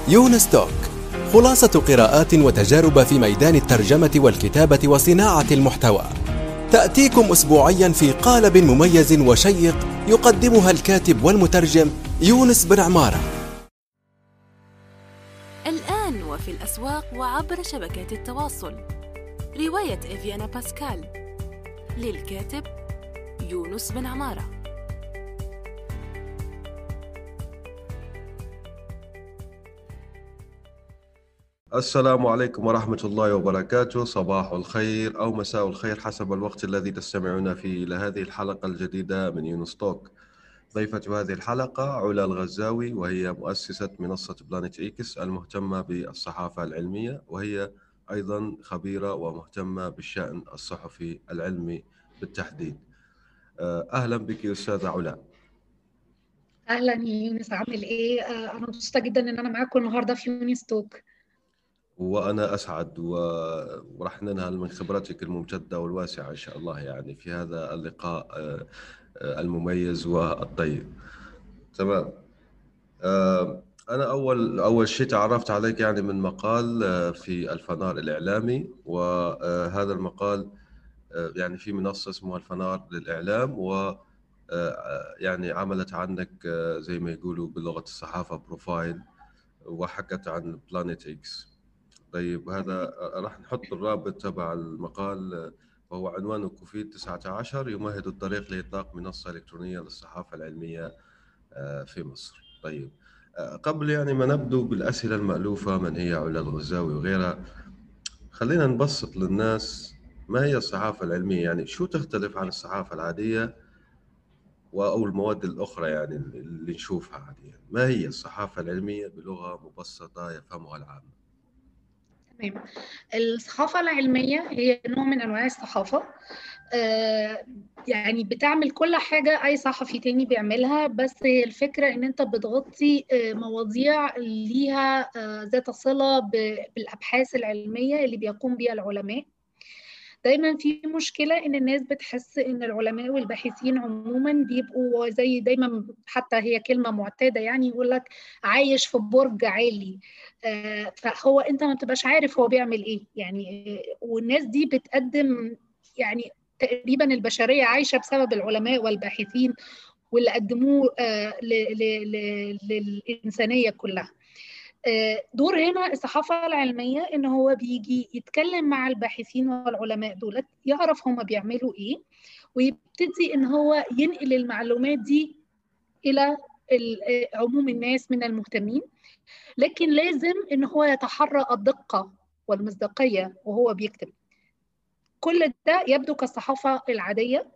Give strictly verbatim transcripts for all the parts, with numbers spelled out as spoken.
يونس توك، خلاصة قراءات وتجارب في ميدان الترجمة والكتابة وصناعة المحتوى، تأتيكم أسبوعيا في قالب مميز وشيق يقدمها الكاتب والمترجم يونس بن عمارة. الآن وفي الأسواق وعبر شبكات التواصل، رواية إفيانا باسكال للكاتب يونس بن عمارة. السلام عليكم ورحمة الله وبركاته. صباح الخير أو مساء الخير حسب الوقت الذي تستمعون فيه إلى هذه الحلقة الجديدة من يونس توك. ضيفة هذه الحلقة علا الغزاوي، وهي مؤسسة منصة بلانيت إكس المهتمة بالصحافة العلمية، وهي أيضا خبيرة ومهتمة بالشأن الصحفي العلمي بالتحديد. أهلا بك أستاذة علا. اهلا يا يونس، عامل ايه؟ انا مبسوطه جدا ان انا معاكم النهارده في يونس توك. وأنا أسعد ورح ننهل من خبرتك الممتدة والواسعة إن شاء الله يعني في هذا اللقاء المميز والطيب. تمام. أنا أول أول شيء تعرفت عليك يعني من مقال في الفنار الإعلامي، وهذا المقال يعني في منصة اسمها الفنار للإعلام، و يعني عملت عنك زي ما يقولوا بلغة الصحافة بروفايل، وحكت عن بلانيت إكس. طيب هذا راح نحط الرابط تبع المقال، وهو عنوانه كوفيد تسعة عشر يمهد الطريق لإطلاق منصة إلكترونية للصحافة العلمية في مصر. طيب قبل يعني ما نبدو بالأسئلة المألوفة من هي علا الغزاوي وغيرها، خلينا نبسط للناس ما هي الصحافة العلمية، يعني شو تختلف عن الصحافة العادية أو المواد الأخرى يعني اللي نشوفها عاديا. ما هي الصحافة العلمية بلغة مبسطة يفهمها العامة؟ تمام. الصحافه العلميه هي نوع من انواع الصحافه، آه يعني بتعمل كل حاجه اي صحفي تاني بيعملها، بس هي الفكره ان انت بتغطي آه مواضيع ليها آه ذات صله بالابحاث العلميه اللي بيقوم بها العلماء. دايما في مشكلة إن الناس بتحس إن العلماء والباحثين عموما بيبقوا زي دايما، حتى هي كلمة معتادة يعني، يقول لك عايش في برج عالي. آه فهو أنت ما بتبقاش عارف هو بيعمل إيه يعني. والناس دي بتقدم يعني تقريبا البشرية عايشة بسبب العلماء والباحثين واللي قدموه آه للإنسانية كلها. دور هنا الصحافة العلمية إن هو بيجي يتكلم مع الباحثين والعلماء دولت، يعرف هم بيعملوا إيه، ويبتدي إن هو ينقل المعلومات دي إلى عموم الناس من المهتمين. لكن لازم إن هو يتحرى الدقة والمصداقية وهو بيكتب. كل ده يبدو كالصحافة العادية،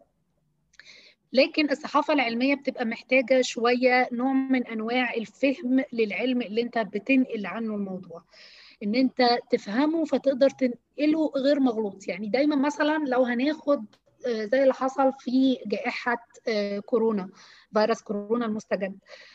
لكن الصحافة العلمية بتبقى محتاجة شوية نوع من أنواع الفهم للعلم اللي انت بتنقل عنه الموضوع، ان انت تفهمه فتقدر تنقله غير مغلوط. يعني دايما مثلا لو هناخد زي اللي حصل في جائحة كورونا، فيروس كورونا المستجد،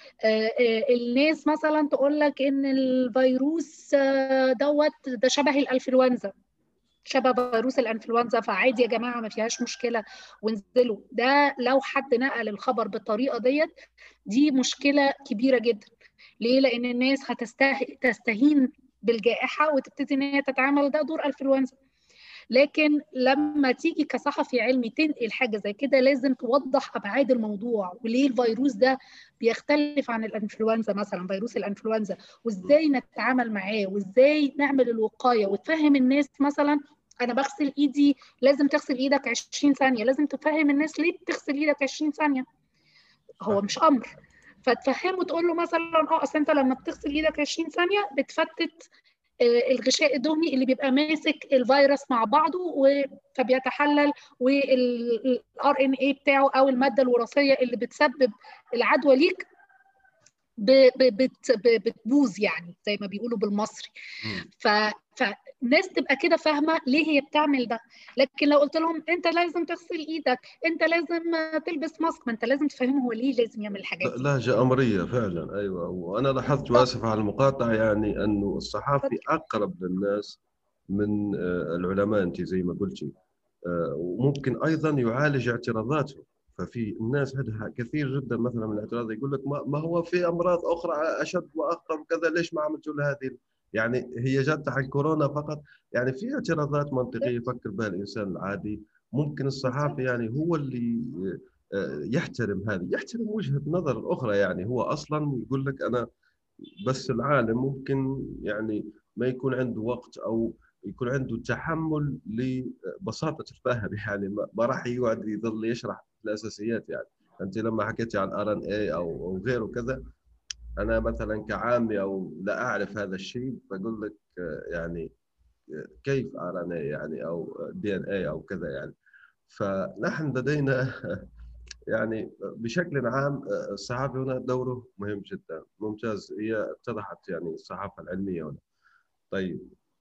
الناس مثلا تقول لك ان الفيروس دوت ده شبه الانفلونزا، شبه فيروس الانفلونزا، فعادي يا جماعه ما فيهاش مشكله وانزلوا. ده لو حد نقل الخبر بالطريقه ديت دي مشكله كبيره جدا. ليه؟ لان الناس هتستهين بالجائحه وتبتدي ان هي تتعامل ده دور انفلونزا. لكن لما تيجي كصحفي علمي تنقل حاجه زي كده لازم توضح ابعاد الموضوع، وليه الفيروس ده بيختلف عن الانفلونزا مثلا، فيروس الانفلونزا، وازاي نتعامل معاه وازاي نعمل الوقايه، وتفهم الناس مثلا انا بغسل ايدي لازم تغسل ايدك عشرين ثانيه، لازم تفهم الناس ليه بتغسل ايدك عشرين ثانيه، هو مش امر. فتفهمه تقول له مثلا اه اصل انت لما بتغسل ايدك عشرين ثانيه بتفتت الغشاء الدهني اللي بيبقى ماسك الفيروس مع بعضه فبيتحلل، والار ان اي بتاعه او الماده الوراثيه اللي بتسبب العدوى ليك بتبوظ يعني زي ما بيقولوا بالمصري. ف فالناس تبقى كده فاهمه ليه هي بتعمل ده. لكن لو قلت لهم انت لازم تغسل ايدك، انت لازم تلبس ماسك، ما انت لازم تفهمه هو ليه لازم يعمل الحاجات دي. لهجه امريه فعلا. ايوه، وانا لاحظت واسف على المقاطعه يعني انه الصحافي اقرب للناس من العلماء انت زي ما قلتي، وممكن ايضا يعالج اعتراضاتهم. ففي الناس عندها كثير جدا مثلا من الاعتراض، يقول لك ما, ما هو في امراض اخرى اشد واخطر كذا، ليش ما عملتوا له هذه؟ يعني هي جت عن كورونا فقط. يعني في اعتراضات منطقيه يفكر بها الانسان العادي. ممكن الصحافي يعني هو اللي يحترم هذه، يحترم وجهه نظر الاخرى. يعني هو اصلا يقول لك انا بس العالم ممكن يعني ما يكون عنده وقت او يكون عنده تحمل لبساطه الفهم، يعني ما راح يقعد يظل يشرح الاساسيات. يعني انت لما حكيتي عن ار ان اي او او غيره كذا، انا مثلا كعامي او لا اعرف هذا الشيء بقول لك يعني كيف ار ان اي يعني او دي ان اي او كذا يعني. فنحن لدينا يعني بشكل عام الصحافة هنا دوره مهم جدا. ممتاز، هي اتضحت يعني الصحافة العلمية هنا. طيب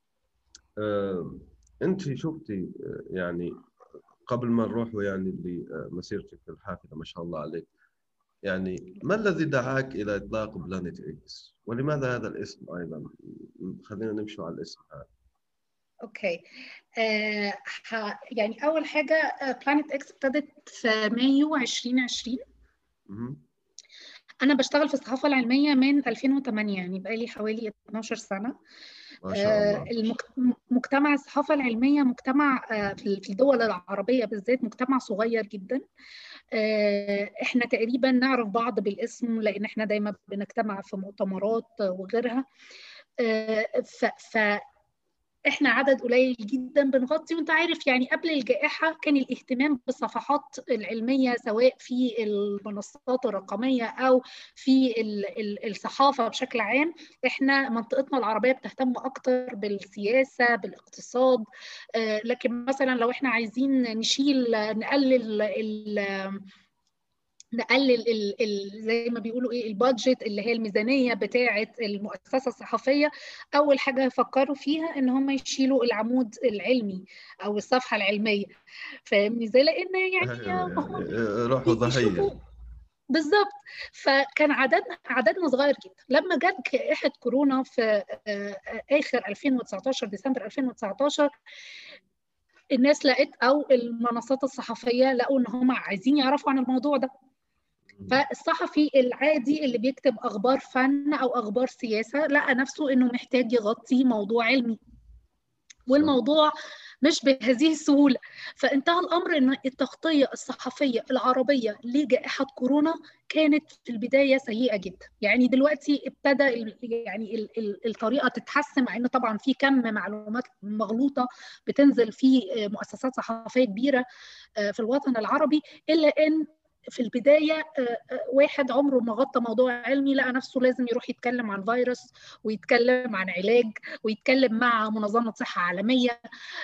آه، أنت شفتي آه، يعني قبل ما نروح يعني لمسيرتك الحافلة ما شاء الله عليك، يعني ما الذي دعاك إلى إطلاق بلانيت إكس؟ ولماذا هذا الاسم أيضا؟ خلينا نمشي على الاسم هذا. اوكي. آه يعني اول حاجه بلانيت اكس ابتدت في مايو ألفين وعشرين. مهم. انا بشتغل في الصحافه العلميه من ألفين وثمانية، يعني بقالي حوالي اتناشر سنه. ما شاء الله. مجتمع الصحافه العلميه مجتمع في الدول العربيه بالذات مجتمع صغير جدا. احنا تقريبا نعرف بعض بالاسم لان احنا دايما بنجتمع في مؤتمرات وغيرها. ف احنا عدد قليل جدا بنغطي. وانت عارف يعني قبل الجائحة كان الاهتمام بالصفحات العلمية سواء في المنصات الرقمية او في الصحافة بشكل عام. احنا منطقتنا العربية بتهتم اكتر بالسياسة بالاقتصاد. لكن مثلا لو احنا عايزين نشيل نقلل ال نقلل ال ال زي ما بيقولوا ايه البادجت اللي هي الميزانيه بتاعه المؤسسه الصحفيه، اول حاجه يفكروا فيها ان هم يشيلوا العمود العلمي او الصفحه العلميه. فاهمني؟ زي لان يعني روحوا ضحيه بالظبط. فكان عددنا عددنا صغير جدا. لما جت جائحه كورونا في اخر ألفين وتسعتاشر ديسمبر ألفين وتسعتاشر، الناس لقت او المنصات الصحفيه لقوا ان هم عايزين يعرفوا عن الموضوع ده. فالصحفي العادي اللي بيكتب اخبار فن او اخبار سياسه لقى نفسه انه محتاج يغطي موضوع علمي، والموضوع مش بهذه السهوله. فانتهى الامر ان التغطيه الصحفيه العربيه لجائحه كورونا كانت في البدايه سيئه جدا. يعني دلوقتي ابتدى يعني الطريقه تتحسن، مع ان طبعا في كم معلومات مغلوطه بتنزل في مؤسسات صحفيه كبيره في الوطن العربي، الا ان في البداية واحد عمره ما غطى موضوع علمي لقى نفسه لازم يروح يتكلم عن فيروس ويتكلم عن علاج ويتكلم مع منظمة صحة عالمية.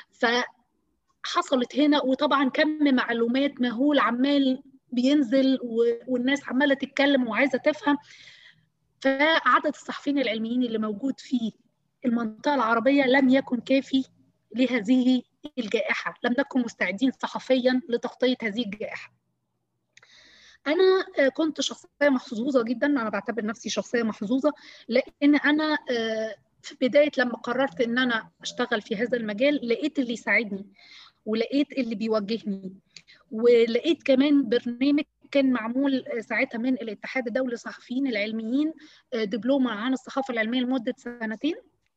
فحصلت هنا وطبعا كم معلومات مهول عمال بينزل والناس عمالة تتكلم وعايزة تفهم. فعدد الصحفيين العلميين اللي موجود في المنطقة العربية لم يكن كافي لهذه الجائحة، لم نكن مستعدين صحفيا لتغطية هذه الجائحة. أنا كنت شخصية محظوظة جدا، أنا بعتبر نفسي شخصية محظوظة لأن أنا في بداية لما قررت إن أنا أشتغل في هذا المجال لقيت اللي يساعدني ولقيت اللي بيوجهني، ولقيت كمان برنامج كان معمول ساعتها من الاتحاد الدولي للصحفيين العلميين، دبلومة عن الصحافة العلمية لمدة سنتين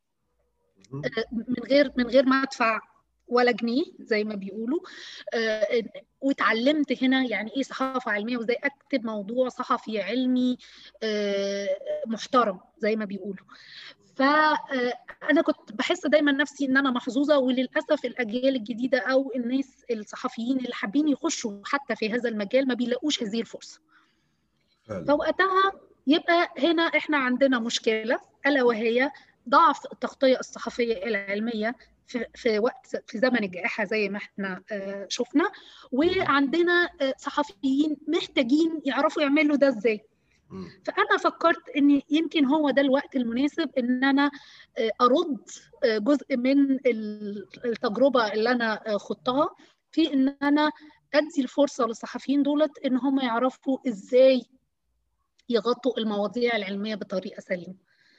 من غير من غير ما أدفع ولا جنيه زي ما بيقولوا. آه واتعلمت هنا يعني ايه صحافه علميه وازاي اكتب موضوع صحفي علمي آه محترم زي ما بيقولوا. فانا كنت بحس دايما نفسي ان انا محظوظه، وللاسف الاجيال الجديده او الناس الصحفيين اللي حابين يخشوا حتى في هذا المجال ما بيلاقوش هذه الفرصه. فوقتها يبقى هنا احنا عندنا مشكله الا وهي ضعف التغطيه الصحفيه العلميه في في وقت في زمن الجائحه زي ما احنا شفنا، وعندنا صحفيين محتاجين يعرفوا يعملوا ده ازاي. فانا فكرت ان يمكن هو ده الوقت المناسب ان انا ارد جزء من التجربه اللي انا خضتها في ان انا ادي الفرصه للصحفيين دولت ان هم يعرفوا ازاي يغطوا المواضيع العلميه بطريقه سليمه.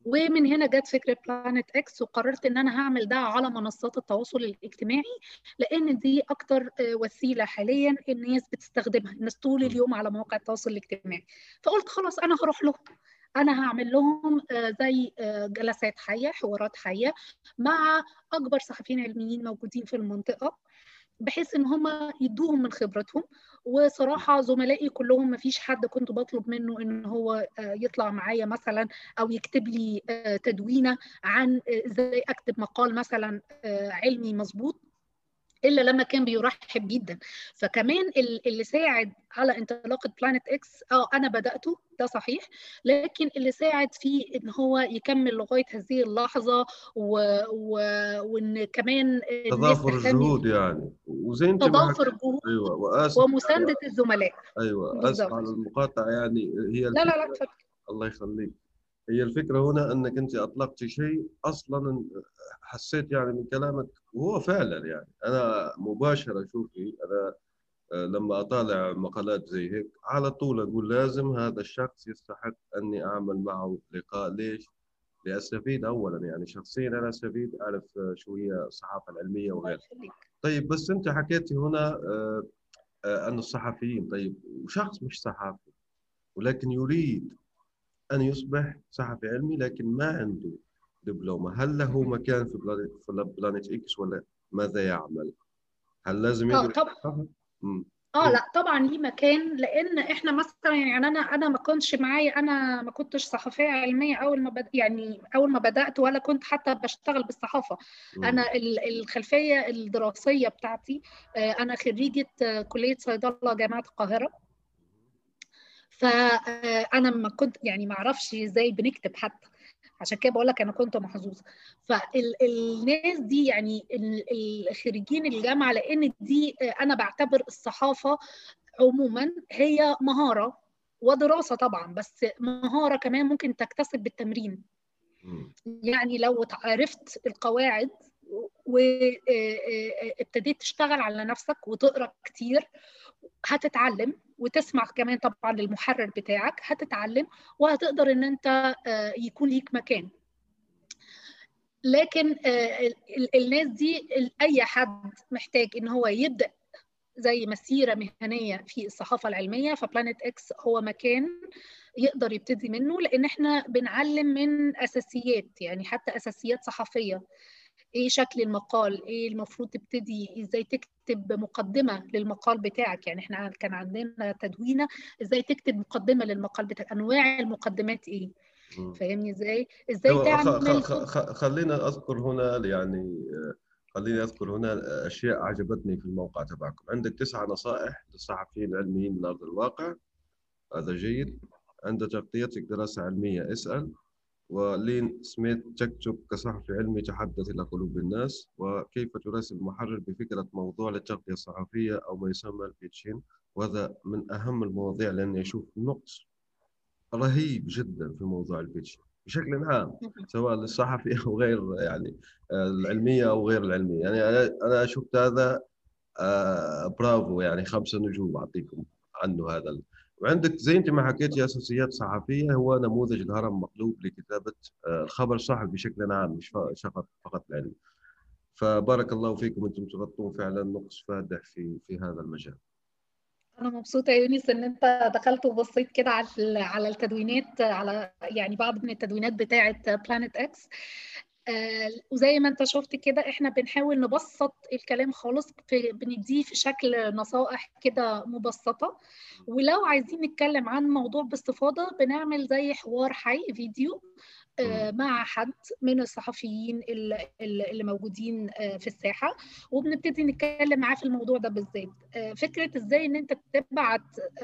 ومن هنا جت فكره بلانت اكس، وقررت ان انا هعمل ده على منصات التواصل الاجتماعي، لان دي اكتر وسيله حاليا الناس بتستخدمها، الناس طول اليوم على مواقع التواصل الاجتماعي. فقلت خلاص انا هروح لهم، انا هعمل لهم زي جلسات حيه، حوارات حيه مع اكبر صحفيين علميين موجودين في المنطقه، بحيث ان هم يدوهم من خبرتهم. وصراحه زملائي كلهم ما فيش حد كنت بطلب منه ان هو يطلع معايا مثلا او يكتب لي تدوينه عن ازاي اكتب مقال مثلا علمي مظبوط، الا لما كان بيرحب جدا. فكمان اللي ساعد على انطلاقه بلانت اكس، اه انا بداته ده صحيح، لكن اللي ساعد فيه ان هو يكمل لغايه هذه اللحظه، و... و... وان كمان الناس تضافر تهتم الجهود بيه. يعني، وزي انت ما تضافر حكيت. الجهود ايوه، واسف ومسانده الزملاء. ايوه اسف على بالظبط. المقاطعه، يعني هي لا لا لا الفكره. اتفضل. الله يخليك. هي الفكره هنا انك انت اطلقت شيء اصلا حسيت يعني من كلامك، وهو فعلا يعني انا مباشره شوفي انا لما اطالع مقالات زي هيك على طول اقول لازم هذا الشخص يستحق اني اعمل معه لقاء. ليش؟ لاستفيد اولا، يعني شخصيا انا استفيد، اعرف شو هي الصحافه العلميه وغيرها. طيب بس انت حكيتي هنا آه، آه، ان الصحفيين، طيب وشخص مش صحفي ولكن يريد ان يصبح صحفي علمي لكن ما عنده دبلومه، هل له مكان في بلانيت في بلانيت اكس ولا ماذا يعمل؟ هل لازم اه يدرس طبعا. صحافه؟ امم اه لا طبعا ليه مكان، لان احنا مثلا يعني انا انا ما كنتش معايا، انا ما كنتش صحفيه علميه اول ما بد... يعني اول ما بدات، ولا كنت حتى بشتغل بالصحافه. انا الخلفيه الدراسيه بتاعتي، انا خريجه كليه صيدله جامعه القاهره، فانا ما كنت يعني ما اعرفش ازاي بنكتب حتى، عشان كده بقول لك انا كنت محظوظه. فالناس دي يعني الخريجين الجامعه، لان دي انا بعتبر الصحافه عموما هي مهاره ودراسه طبعا، بس مهاره كمان ممكن تكتسب بالتمرين. يعني لو عرفت القواعد وابتديت تشتغل على نفسك وتقرا كتير، هتتعلم، وتسمع كمان طبعا للمحرر بتاعك، هتتعلم وهتقدر ان انت يكون ليك مكان. لكن الناس دي اي حد محتاج ان هو يبدا زي مسيره مهنيه في الصحافه العلميه، فبلانت اكس هو مكان يقدر يبتدي منه، لان احنا بنعلم من اساسيات، يعني حتى اساسيات صحفيه. ايه شكل المقال، ايه المفروض تبتدي، ازاي تكتب مقدمه للمقال بتاعك، يعني احنا كان عندنا تدوينه ازاي تكتب مقدمه للمقال بتاعك، انواع المقدمات ايه، فاهمني ازاي ازاي تعمل. خلينا اذكر هنا يعني خليني اذكر هنا اشياء عجبتني في الموقع تبعكم. عندك تسعة نصائح للصحفيين العلميين من ارض الواقع، هذا جيد. عند تغطيتك دراسه علميه اسال، ولين سميث تكتب كصحفي علمي تحدث إلى قلوب الناس، وكيف تراسل المحرر بفكرة موضوع للتغطية الصحفية أو ما يسمى البيتشين، وهذا من أهم المواضيع لأني أشوف نقص رهيب جدا في موضوع البيتشين بشكل عام، سواء للصحفي أو غير يعني العلمية أو غير العلمية. يعني أنا شفت هذا آه برافو، يعني خمسة نجوم أعطيكم عنه هذا. وعندك زي انت ما حكيتي اساسيات صحفيه، هو نموذج الهرم مقلوب لكتابه الخبر الصحفي بشكل عام، مش فقط فقط العلم. فبارك الله فيكم، انتم تغطون فعلا نقص فادح في في هذا المجال. انا مبسوطه يا يونس ان انت دخلت وبصيت كده على على التدوينات، على يعني بعض من التدوينات بتاعه بلانت اكس. آه وزي ما انت شفت كده احنا بنحاول نبسط الكلام خالص، في بنديه في شكل نصائح كده مبسطه، ولو عايزين نتكلم عن موضوع باستفاضه بنعمل زي حوار حي فيديو آه مع حد من الصحفيين اللي, اللي موجودين آه في الساحه، وبنبتدي نتكلم معاه في الموضوع ده بالذات. آه فكره ازاي ان انت تبعت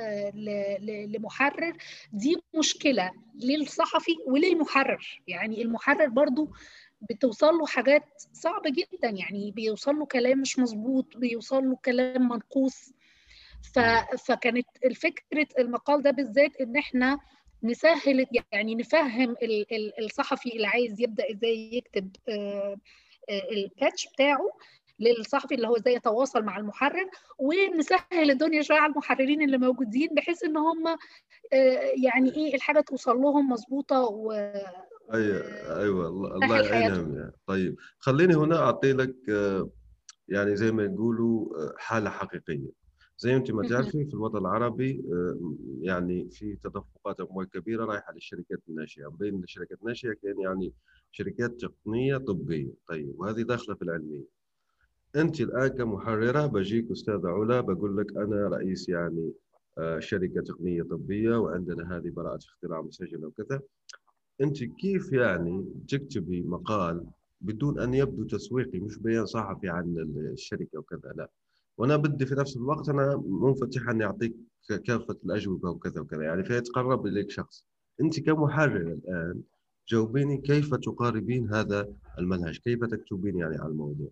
لمحرر دي مشكله للصحفي وللمحرر، يعني المحرر برضو بتوصل له حاجات صعبة جدا، يعني بيوصل له كلام مش مظبوط، بيوصل له كلام منقوص. ف... فكانت الفكرة المقال ده بالذات ان احنا نسهل، يعني نفهم الصحفي اللي عايز يبدأ ازاي يكتب الباتش بتاعه للصحفي اللي هو ازاي يتواصل مع المحرر، ونسهل الدنيا شويه على المحررين اللي موجودين، بحيث ان هم يعني ايه الحاجه توصل لهم مظبوطه أي أيوة، الله سهل حياتهم. يعينهم يعني. طيب خليني هنا أعطي لك يعني زي ما يقولوا حالة حقيقية. زي أنت ما تعرفي في الوطن العربي يعني في تدفقات أموال كبيرة رايحة للشركات الناشئة. بين الشركات الناشئة كان يعني شركات تقنية طبية. طيب وهذه داخلة في العلمية. أنت الآن كمحررة بجيك أستاذة علا بقول لك أنا رئيس يعني شركة تقنية طبية وعندنا هذه براءة اختراع مسجلة وكذا. أنت كيف يعني تكتبي مقال بدون أن يبدو تسويقي، مش بيان صحفي عن الشركة وكذا، لا، وأنا بدي في نفس الوقت أنا منفتح أن يعطيك كافة الأجوبة وكذا وكذا، يعني فيتقرب إليك شخص. أنت كمحرر الآن جاوبيني كيف تقاربين هذا المنهج، كيف تكتبين يعني على الموضوع؟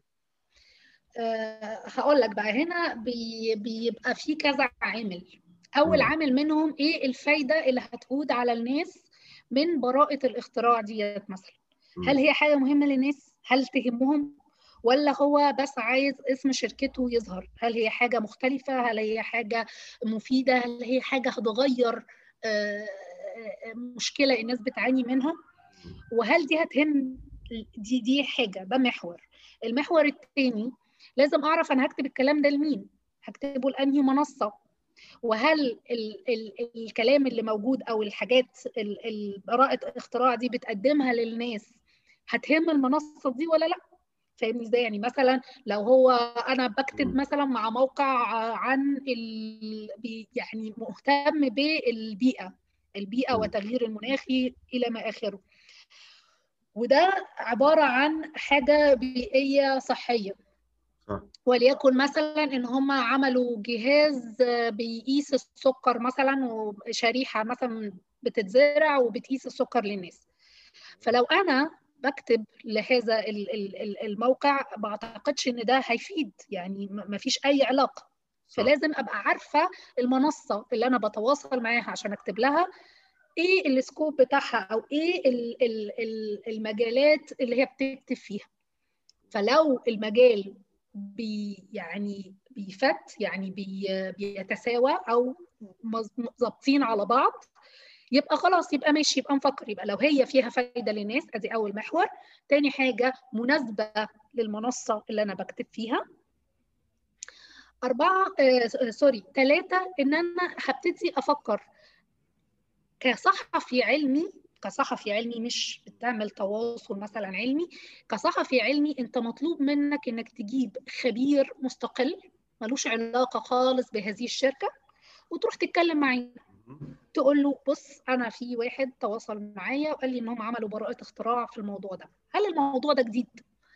أه هقول لك بقى، هنا بي بيبقى في كذا عامل. أول م. عامل منهم إيه الفايدة اللي هتعود على الناس من براءة الاختراع ديت مثلا. م. هل هي حاجة مهمة للناس؟ هل تهمهم؟ ولا هو بس عايز اسم شركته يظهر؟ هل هي حاجة مختلفة؟ هل هي حاجة مفيدة؟ هل هي حاجة هتغير أه مشكلة الناس بتعاني منها؟ وهل دي هتهم؟ دي دي حاجة، ده محور. المحور الثاني، لازم اعرف انا هكتب الكلام ده لمين، هكتبه لانهي منصه، وهل ال ال الكلام اللي موجود او الحاجات براءه الاختراع دي بتقدمها للناس هتهم المنصه دي ولا لا. فاهمني ازاي؟ يعني مثلا لو هو انا بكتب مثلا مع موقع عن ال يعني مهتم بالبيئه البيئه وتغيير المناخي الى ما اخره، وده عباره عن حاجه بيئيه صحيه، وليكن مثلا ان هم عملوا جهاز بيقيس السكر مثلا، وشريحه مثلا بتتزرع وبتقيس السكر للناس. فلو انا بكتب لهذا الموقع ما اعتقدش ان ده هيفيد، يعني ما فيش اي علاقه. فلازم ابقى عارفه المنصه اللي انا بتواصل معاها عشان اكتب لها ايه السكوب بتاعها، او ايه المجالات اللي هي بتكتب فيها. فلو المجال بي يعني بيفت يعني بي بيتساوى او ظابطين على بعض، يبقى خلاص، يبقى ماشي، يبقى نفكر. يبقى لو هي فيها فايده للناس، ادي اول محور. تاني حاجه، مناسبه للمنصه اللي انا بكتب فيها. أربعة آه سوري ثلاثة، إن أنا هبتدي أفكر كصحفي علمي. كصحفي علمي مش بتعمل تواصل مثلا علمي، كصحفي علمي انت مطلوب منك انك تجيب خبير مستقل ملوش علاقه خالص بهذه الشركه، وتروح تتكلم معاه تقول له بص انا في واحد تواصل معايا وقال لي انهم عملوا براءه اختراع في الموضوع ده. هل الموضوع ده جديد؟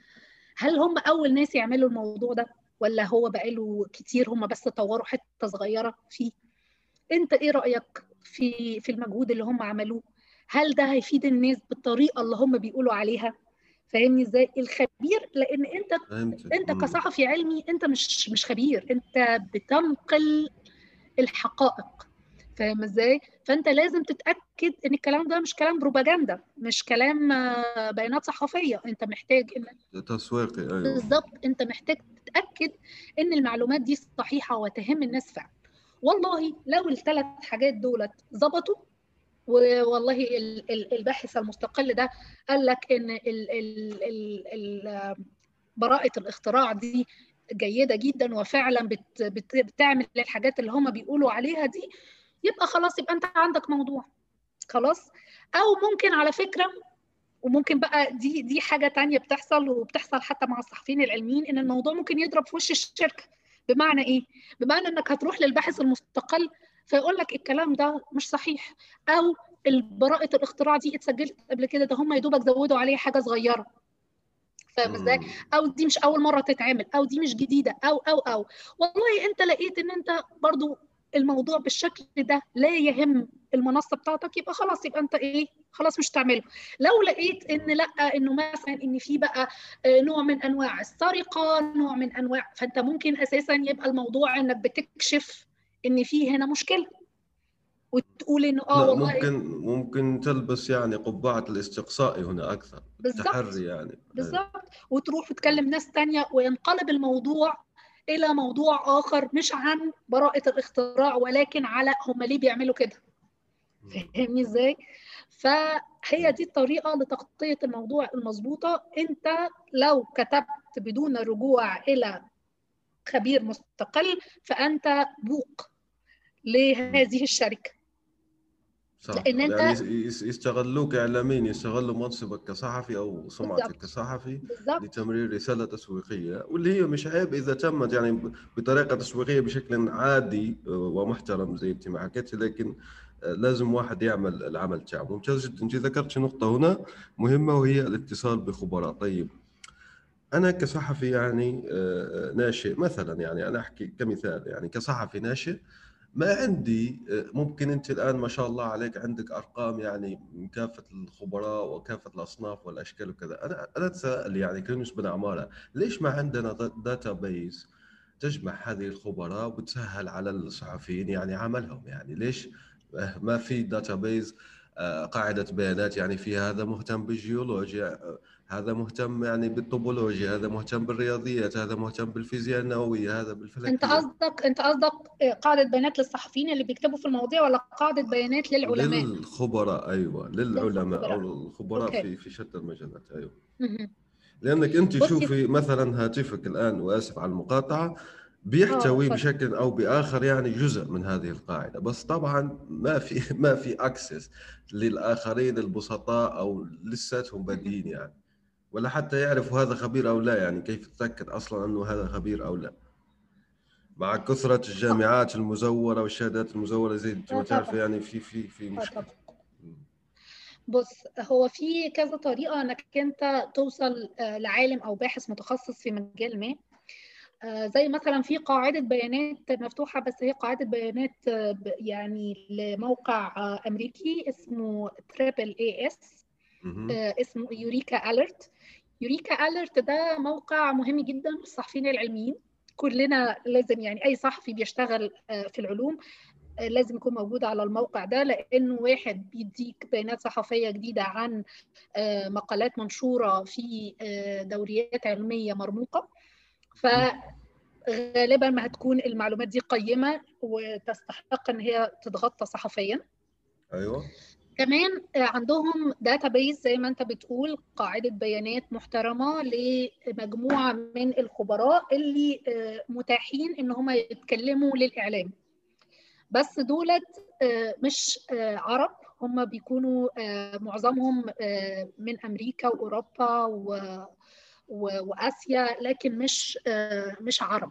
هل هم اول ناس يعملوا الموضوع ده، ولا هو بقاله كتير هم بس طوروا حته صغيره فيه؟ انت ايه رايك في في المجهود اللي هم عملوه؟ هل ده هيفيد الناس بالطريقه اللي هم بيقولوا عليها؟ فاهمني ازاي؟ الخبير، لان انت فهمت. انت كصحفي علمي انت مش مش خبير، انت بتنقل الحقائق. فاهم ازاي؟ فانت لازم تتاكد ان الكلام ده مش كلام بروباجندا، مش كلام بيانات صحفيه. انت محتاج ان تسويقي. ايوه بالظبط، انت محتاج تتاكد ان المعلومات دي صحيحه وتهم الناس فعلا. والله لو الثلاث حاجات دولت ظبطوا، والله الباحث المستقل ده قال لك ان ال ال ال ال براءة الاختراع دي جيدة جدا وفعلا بت بت بتعمل الحاجات اللي هم بيقولوا عليها دي، يبقى خلاص، يبقى انت عندك موضوع خلاص. او ممكن على فكرة، وممكن بقى دي دي حاجة تانية بتحصل، وبتحصل حتى مع الصحفيين العلميين، ان الموضوع ممكن يضرب في وش الشركة. بمعنى ايه؟ بمعنى انك هتروح للباحث المستقل فيقول لك الكلام ده مش صحيح، او البراءة الاختراع دي اتسجلت قبل كده، ده هم يا دوبك زودوا عليه حاجة صغيرة. فاهم ازاي؟ او دي مش اول مره تتعمل، او دي مش جديده، او او او والله انت لقيت ان انت برضو الموضوع بالشكل ده لا يهم المنصه بتاعتك، يبقى خلاص، يبقى انت ايه، خلاص مش تعمله. لو لقيت ان لا، انه مثلا ان في بقى نوع من انواع السرقه، نوع من انواع، فانت ممكن اساسا يبقى الموضوع انك بتكشف ان في هنا مشكله، وتقول انه اه والله ممكن ممكن تلبس يعني قبعه الاستقصائي هنا اكثر. بالظبط يعني بالظبط، وتروح وتكلم ناس تانية، وينقلب الموضوع الى موضوع اخر مش عن براءة الاختراع، ولكن على هم ليه بيعملوا كده. فاهمني ازاي؟ ف هي دي الطريقة لتغطية الموضوع المظبوطة. انت لو كتبت بدون رجوع الى خبير مستقل فانت بوق لهذه الشركة. صح، لان انت يعني يستغلوك اعلاميين، يستغلوا منصبك كصحفي او سمعتك بالظبط كصحفي بالظبط لتمرير رساله تسويقيه، واللي هي مش عيب اذا تمت يعني بطريقه تسويقيه بشكل عادي ومحترم زي انت ما حكيتي، لكن لازم واحد يعمل العمل تاعه. ممتاز جدا. انت ذكرت نقطه هنا مهمه وهي الاتصال بخبراء. طيب انا كصحفي يعني ناشئ مثلا، يعني انا احكي كمثال، يعني كصحفي ناشئ ما عندي، ممكن انت الان ما شاء الله عليك عندك ارقام يعني من كافه الخبراء وكافه الاصناف والاشكال وكذا. انا انا اتساءل يعني كيونس بن عماره، ليش ما عندنا داتا بيز تجمع هذه الخبراء وتسهل على الصحفيين يعني عملهم؟ يعني ليش ما في داتا بيز، قاعده بيانات يعني في هذا مهتم بالجيولوجيا، هذا مهتم يعني بالطوبولوجيا، هذا مهتم بالرياضيات، هذا مهتم بالفيزياء النوويه، هذا انت بالفلكيه. قصدك انت قصدك قاعدة بيانات للصحفيين اللي بيكتبوا في المواضيع، ولا قاعدة بيانات للعلماء؟ للخبراء، ايوه للعلماء او للخبراء. الخبراء اوكي. في في شتى المجالات. ايوه مهم. لانك انت بصي. شوفي مثلا هاتفك الان، واسف على المقاطعه، اه بيحتوي اتفضل. بشكل او باخر يعني جزء من هذه القاعده، بس طبعا ما في ما في اكسس للاخرين البسطاء او لساتهم بادئين يعني، ولا حتى يعرفوا هذا خبير او لا. يعني كيف تتاكد اصلا انه هذا خبير او لا مع كثره الجامعات المزوره والشهادات المزوره زي انت اه ما تعرف؟ طبعا. يعني في في في اه مشكله. طبعا. بص، هو في كذا طريقة انك انت توصل لعالم او باحث متخصص في مجال ما. زي مثلا في قاعدة بيانات مفتوحة، بس هي قاعدة بيانات يعني لموقع أمريكي اسمه تريبل اي اس، اسمه يوريكا أليرت. يوريكا أليرت ده موقع مهم جدا للصحفيين العلميين. كلنا لازم، يعني أي صحفي بيشتغل في العلوم لازم يكون موجود على الموقع ده، لأنه واحد بيديك بيانات صحفية جديدة عن مقالات منشورة في دوريات علمية مرموقة. ف غالبا ما هتكون المعلومات دي قيمة وتستحق ان هي تتغطى صحفيا. ايوه كمان عندهم داتابيز زي ما انت بتقول، قاعدة بيانات محترمة لمجموعة من الخبراء اللي متاحين ان هم يتكلموا للإعلام. بس دولت مش عرب، هم بيكونوا معظمهم من أمريكا وأوروبا و وآسيا، لكن مش مش عرب.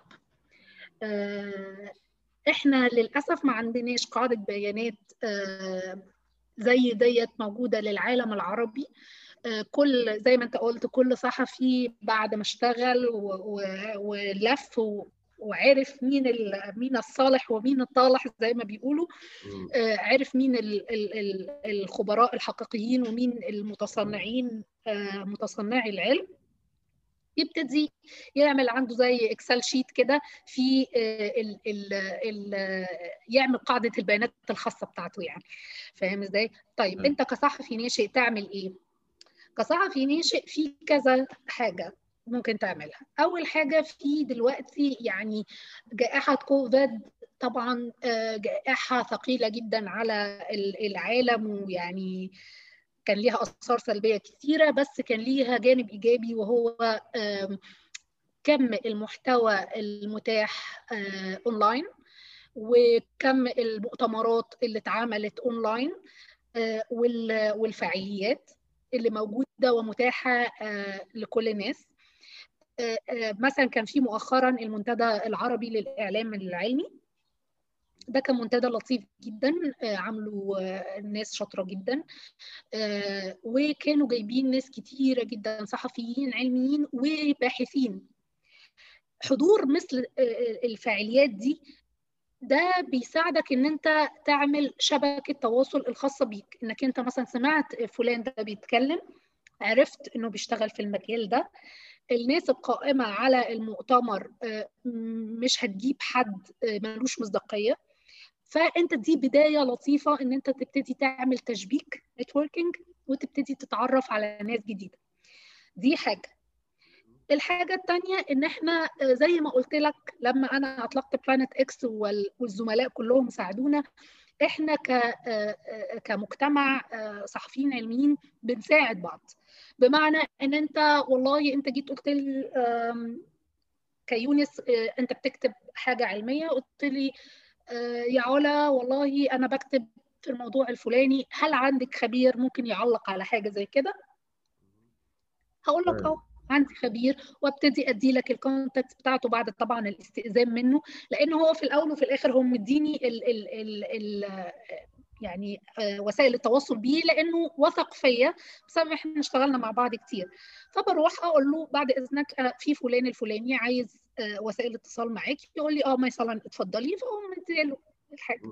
احنا للأسف ما عندناش قاعدة بيانات زي ديت موجودة للعالم العربي. كل زي ما انت قلت، كل صحفي بعد ما اشتغل ولف وعرف مين مين الصالح ومين الطالح زي ما بيقولوا، عرف مين الخبراء الحقيقيين ومين المتصنعين متصنعي العلم، يبتدي يعمل عنده زي اكسل شيت كده في ال ال ال يعمل قاعده البيانات الخاصه بتاعته يعني. فاهم ازاي؟ طيب م. انت كصحفي ناشئ تعمل ايه؟ كصحفي ناشئ في كذا حاجه ممكن تعملها. اول حاجه، في دلوقتي يعني جائحه كوفيد، طبعا جائحه ثقيله جدا على العالم، ويعني كان ليها آثار سلبية كثيرة، بس كان ليها جانب إيجابي، وهو كم المحتوى المتاح أونلاين، وكم المؤتمرات اللي اتعملت أونلاين، والفعاليات اللي موجودة ومتاحة لكل الناس. مثلا كان في مؤخرا المنتدى العربي للإعلام العلمي، ده كان منتدى لطيف جدا، عملوا ناس شاطرة جدا، وكانوا جايبين ناس كتيرة جدا، صحفيين علميين وباحثين. حضور مثل الفعاليات دي ده بيساعدك ان انت تعمل شبكة تواصل الخاصة بيك، انك انت مثلا سمعت فلان ده بيتكلم، عرفت انه بيشتغل في المجال ده، الناس القائمة على المؤتمر مش هتجيب حد ملوش مصداقية. فانت دي بدايه لطيفه ان انت تبتدي تعمل تشبيك نتوركينج وتبتدي تتعرف على ناس جديده. دي حاجه. الحاجه الثانيه ان احنا زي ما قلت لك لما انا اطلقت بلانت اكس والزملاء كلهم ساعدونا، احنا كمجتمع صحفيين علميين بنساعد بعض، بمعنى ان انت والله انت جيت قلت لي كيونس انت بتكتب حاجه علميه، قلت لي يا علا والله انا بكتب في الموضوع الفلاني، هل عندك خبير ممكن يعلق على حاجه زي كده؟ هقول لك اه عندي خبير، وابتدي ادي لك الكونتاكت بتاعته بعد طبعا الاستئذان منه، لان هو في الاول وفي الاخر هو مديني ال ال ال ال يعني وسائل التواصل بيه لانه وثق فيا بسبب احنا اشتغلنا مع بعض كتير. فبروح اقول له بعد اذنك في فلان الفلاني عايز وسائل اتصال معاك، يقول لي اه مثلا اتفضلي، فاقوم مديله الحاجه.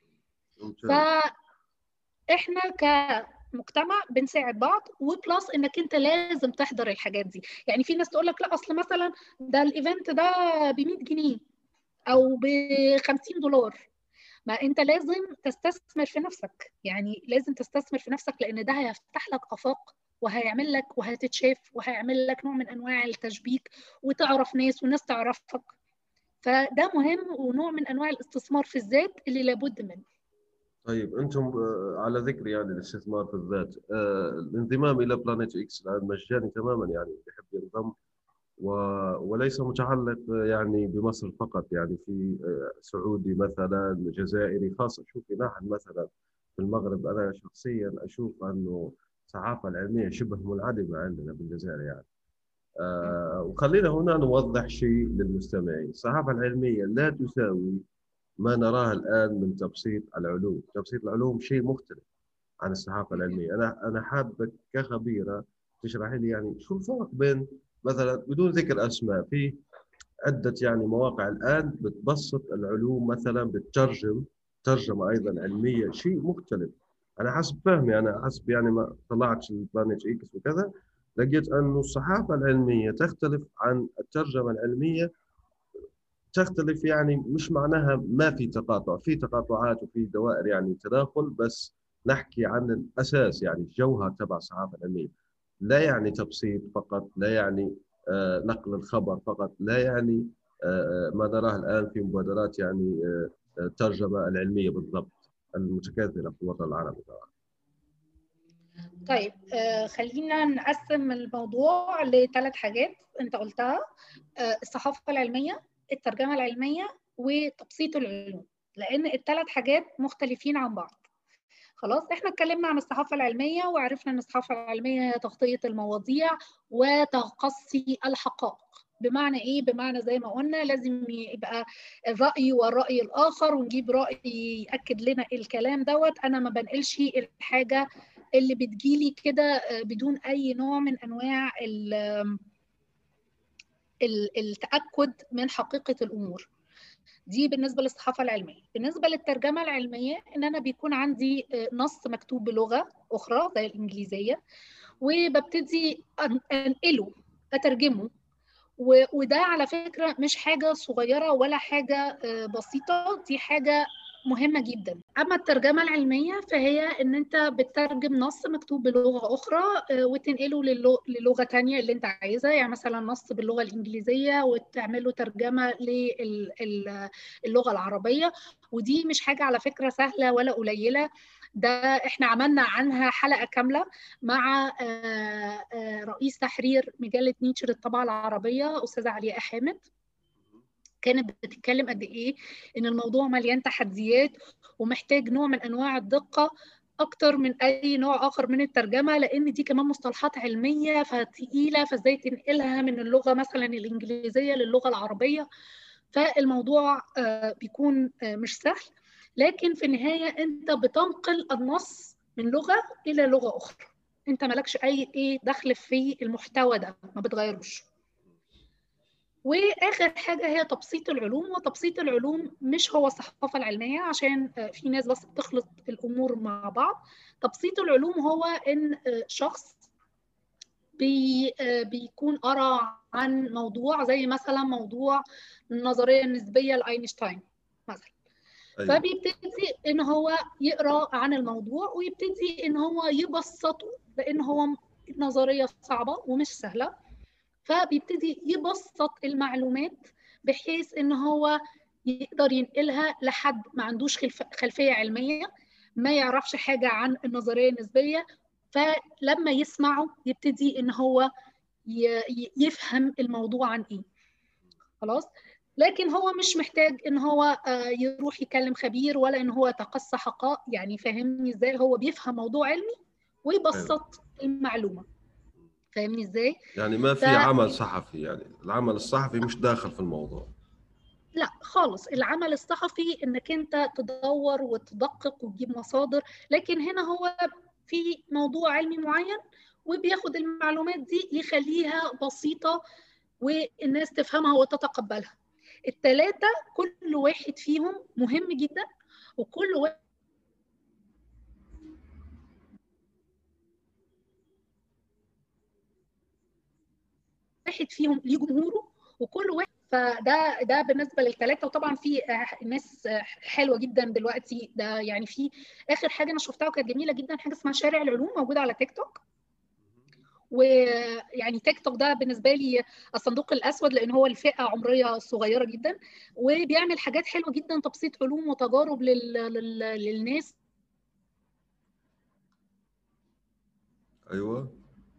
فاحنا كمجتمع بنساعد بعض، وبلس انك انت لازم تحضر الحاجات دي. يعني في ناس تقول لك لا اصل مثلا ده الايفنت ده ب مية جنيه او ب خمسين دولار، ما انت لازم تستثمر في نفسك، يعني لازم تستثمر في نفسك، لان ده هيفتح لك افاق وهيعمل لك وهتتشاف وهيعمل لك نوع من انواع التشبيك وتعرف ناس والناس تعرفك. فده مهم ونوع من انواع الاستثمار في الذات اللي لابد منه. طيب انتم على ذكر يعني الاستثمار في الذات، آه الانضمام الى بلانيت اكس الان مجاني تماما، يعني اللي يحب ينضم و... وليس متعلق يعني بمصر فقط، يعني في سعودي مثلا، جزائري خاصة. شوفي نحن مثلا في المغرب أنا شخصيا أشوف أنه الصحافة العلمية شبه منعدمة عندنا بالجزائر يعني. آه وخلينا هنا نوضح شيء للمستمعين. الصحافة العلمية لا تساوي ما نراه الآن من تبسيط العلوم. تبسيط العلوم شيء مختلف عن الصحافة العلمية. أنا أنا حابك كخبيرة تشرحي لي يعني شو الفرق بين مثلا، بدون ذكر اسماء، في عده يعني مواقع الان بتبسط العلوم، مثلا بتترجم ترجمه ايضا علميه، شيء مختلف. انا حسب فهمي، انا حسب يعني ما طلعت البلانيت اكس وكذا، لقيت انه الصحافه العلميه تختلف عن الترجمه العلميه. تختلف يعني مش معناها ما في تقاطع، في تقاطعات وفي دوائر يعني تداخل، بس نحكي عن الاساس يعني الجوهر تبع الصحافه العلميه. لا يعني تبسيط فقط، لا يعني آه نقل الخبر فقط، لا يعني آه ما نراه الآن في مبادرات يعني آه الترجمة العلمية بالضبط المتكاثرة في الوطن العربي طبعا. طيب آه خلينا نقسم الموضوع لثلاث حاجات انت قلتها، آه الصحافة العلمية، الترجمة العلمية، وتبسيط العلوم، لأن الثلاث حاجات مختلفين عن بعض. خلاص احنا اتكلمنا عن الصحافة العلمية وعرفنا ان الصحافة العلمية هي تغطية المواضيع وتقصي الحقائق. بمعنى ايه؟ بمعنى زي ما قلنا لازم يبقى الرأي والرأي الآخر، ونجيب رأي يأكد لنا الكلام دوت. انا ما بنقلش الحاجة اللي بتجيلي كده بدون اي نوع من انواع التأكد من حقيقة الامور. دي بالنسبة للصحافة العلمية. بالنسبة للترجمة العلمية ان انا بيكون عندي نص مكتوب بلغة اخرى زي الانجليزية، وببتدي انقله اترجمه، وده على فكرة مش حاجة صغيرة ولا حاجة بسيطة، دي حاجة مهمة جدا. أما الترجمة العلمية فهي إن أنت بتترجم نص مكتوب بلغة أخرى وتنقله للغة تانية اللي أنت عايزها، يعني مثلا نص باللغة الإنجليزية وتعمله ترجمة للغة العربية. ودي مش حاجة على فكرة سهلة ولا قليلة، ده احنا عملنا عنها حلقة كاملة مع رئيس تحرير مجلة نيتشر الطبعة العربية أستاذة علياء حامد، كانت بتتكلم قد إيه إن الموضوع مليان تحديات ومحتاج نوع من أنواع الدقة أكتر من أي نوع آخر من الترجمة، لأن دي كمان مصطلحات علمية فتقيلة، فإزاي تنقلها من اللغة مثلا الإنجليزية للغة العربية. فالموضوع بيكون مش سهل، لكن في النهاية أنت بتنقل النص من لغة إلى لغة أخرى، أنت مالكش أي إيه دخل في المحتوى ده، ما بتغيروش. وآخر حاجة هي تبسيط العلوم. وتبسيط العلوم مش هو الصحافة العلمية، عشان في ناس بس بتخلط الأمور مع بعض. تبسيط العلوم هو إن شخص بي بيكون قرأ عن موضوع زي مثلا موضوع النظرية النسبية لأينشتاين مثلا، أيوة. فبيبتدي ان هو يقرا عن الموضوع ويبتدي ان هو يبسطه، لان هو نظريه صعبه ومش سهله، فبيبتدي يبسط المعلومات بحيث ان هو يقدر ينقلها لحد ما عندوش خلفية علمية، ما يعرفش حاجة عن النظرية النسبية، فلما يسمعه يبتدي ان هو يفهم الموضوع عن ايه. خلاص. لكن هو مش محتاج ان هو يروح يكلم خبير ولا ان هو يتقصى حقائق، يعني فاهمني ازاي؟ هو بيفهم موضوع علمي ويبسط المعلومة. فاهمني ازاي؟ يعني ما في عمل صحفي، يعني العمل الصحفي مش داخل في الموضوع. لا خالص، العمل الصحفي انك انت تدور وتدقق وتجيب مصادر، لكن هنا هو في موضوع علمي معين وبياخد المعلومات دي يخليها بسيطة والناس تفهمها وتتقبلها. الثلاثة كل واحد فيهم مهم جدا، وكل واحد فيهم ليه جمهوره، وكل واحد فده ده بالنسبه للثلاثه. وطبعا في ناس حلوه جدا دلوقتي، ده يعني في اخر حاجه انا شفتها وكانت جميله جدا، حاجه اسمها شارع العلوم، موجوده على تيك توك. ويعني تيك توك ده بالنسبه لي الصندوق الاسود، لان هو الفئه عمريه صغيره جدا، وبيعمل حاجات حلوه جدا، تبسيط علوم وتجارب لل... لل... للناس. ايوه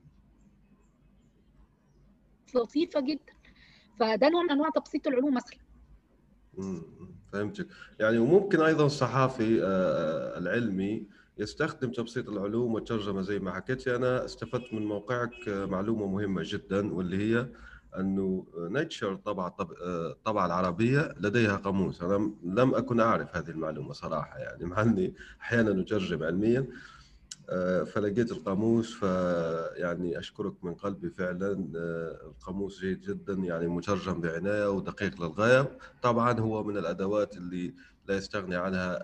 لطيفه جدا. فده نوع من انواع تبسيط العلوم مثلا. امم فهمتك. يعني وممكن ايضا الصحافي العلمي يستخدم تبسيط العلوم والترجمه زي ما حكيتي. انا استفدت من موقعك معلومه مهمه جدا، واللي هي انه نيتشر طبعا الطبعه العربيه لديها قاموس. انا لم اكن اعرف هذه المعلومه صراحه، يعني مع اني احيانا اترجم علميا فلقيت القاموس. فيعني أشكرك من قلبي فعلا. القاموس جيد جدا، يعني مترجم بعناية ودقيق للغاية. طبعا هو من الأدوات اللي لا يستغني عنها،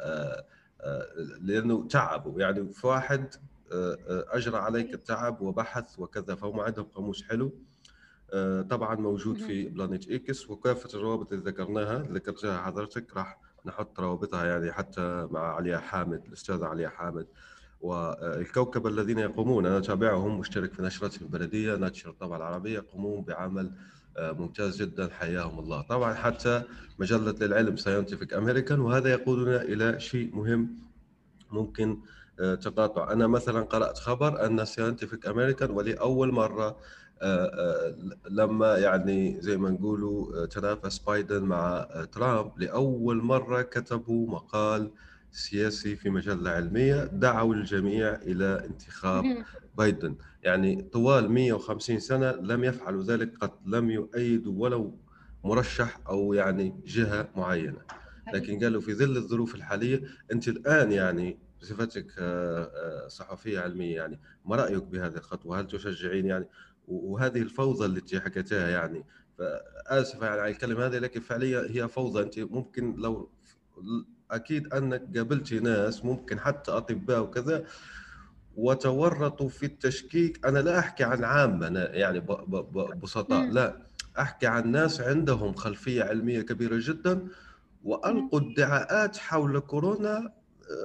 لأنه تعبوا، يعني في واحد أجرى عليك التعب وبحث وكذا، فهم عندهم قاموس حلو. طبعا موجود في بلانيت إكس، وكافة الروابط اللي ذكرناها ذكرتها حضرتك راح نحط روابطها، يعني حتى مع عليا حامد، الأستاذة عليا حامد والكوكب الذين يقومون، أنا أتابعهم، مشترك في نشرتهم البلدية ناتشر الطبعة العربية، يقومون بعمل ممتاز جدا حياهم الله. طبعا حتى مجلة للعلم ساينتفك أمريكان، وهذا يقودنا إلى شيء مهم ممكن تقاطع. أنا مثلا قرأت خبر أن ساينتفك أمريكان ولأول مرة لما يعني زي ما نقولوا تنافس بايدن مع ترامب، لأول مرة كتبوا مقال سياسي في مجلة علمية دعوا الجميع إلى انتخاب بايدن. يعني طوال مئة وخمسين سنة لم يفعلوا ذلك قط، لم يؤيدوا ولو مرشح أو يعني جهة معينة. لكن قالوا في ظل الظروف الحالية، أنت الآن يعني بصفتك صحفية علمية، يعني ما رأيك بهذه الخطوة؟ هل تشجعين يعني وهذه الفوضى اللي حكيتها؟ يعني فآسف يعني على الكلمة هذه، لكن فعليا هي فوضى. أنت ممكن لو أكيد أنك قابلتي ناس ممكن حتى أطباء وكذا وتورطوا في التشكيك. أنا لا أحكي عن عامة يعني بسطاء، لا أحكي عن ناس عندهم خلفية علمية كبيرة جدا وألقوا ادعاءات حول كورونا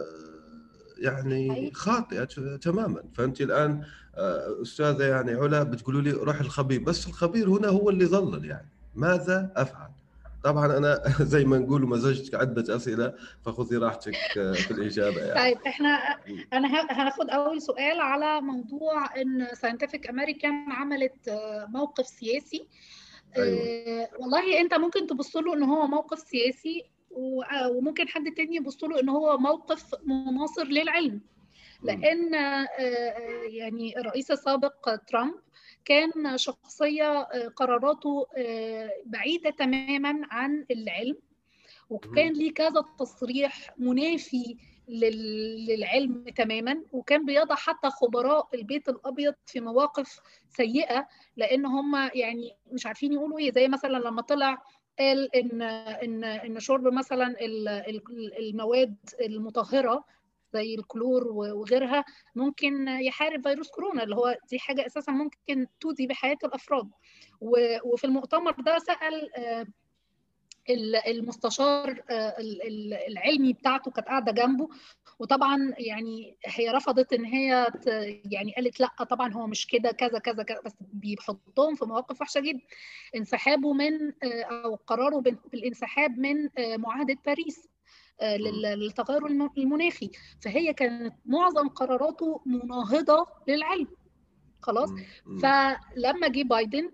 يعني خاطئة تماما. فأنت الآن أستاذة يعني علا بتقولوا لي روح الخبير، بس الخبير هنا هو اللي ظلل، يعني ماذا أفعل؟ طبعا أنا زي ما نقول مزجتك عدة أسئلة، فخذي راحتك في الإجابة يعني. طيب إحنا أنا هاخد أول سؤال على موضوع إن ساينتفك أمريكان عملت موقف سياسي. أيوة. أه والله أنت ممكن تبص له إن هو موقف سياسي، وممكن حد تاني يبص له إن هو موقف مناصر للعلم، لأن يعني الرئيس السابق ترامب كان شخصية قراراته بعيدة تماما عن العلم، وكان ليه كذا تصريح منافي للعلم تماما، وكان بيضع حتى خبراء البيت الأبيض في مواقف سيئة، لأن هم يعني مش عارفين يقولوا إيه. زي مثلا لما طلع قال إن إن إن شرب مثلا المواد المطهرة زي الكلور وغيرها ممكن يحارب فيروس كورونا، اللي هو دي حاجة أساسا ممكن تودي بحياة الأفراد. وفي المؤتمر ده سأل المستشار العلمي بتاعته كانت قاعده جنبه، وطبعا يعني هي رفضت ان هي يعني قالت لا طبعا هو مش كده كذا كذا كذا، بس بيحطهم في مواقف وحشه جدا. انسحابه من او قراره بالانسحاب من معاهده باريس للتغير المناخي، فهي كانت معظم قراراته مناهضه للعلم خلاص. فلما جه بايدن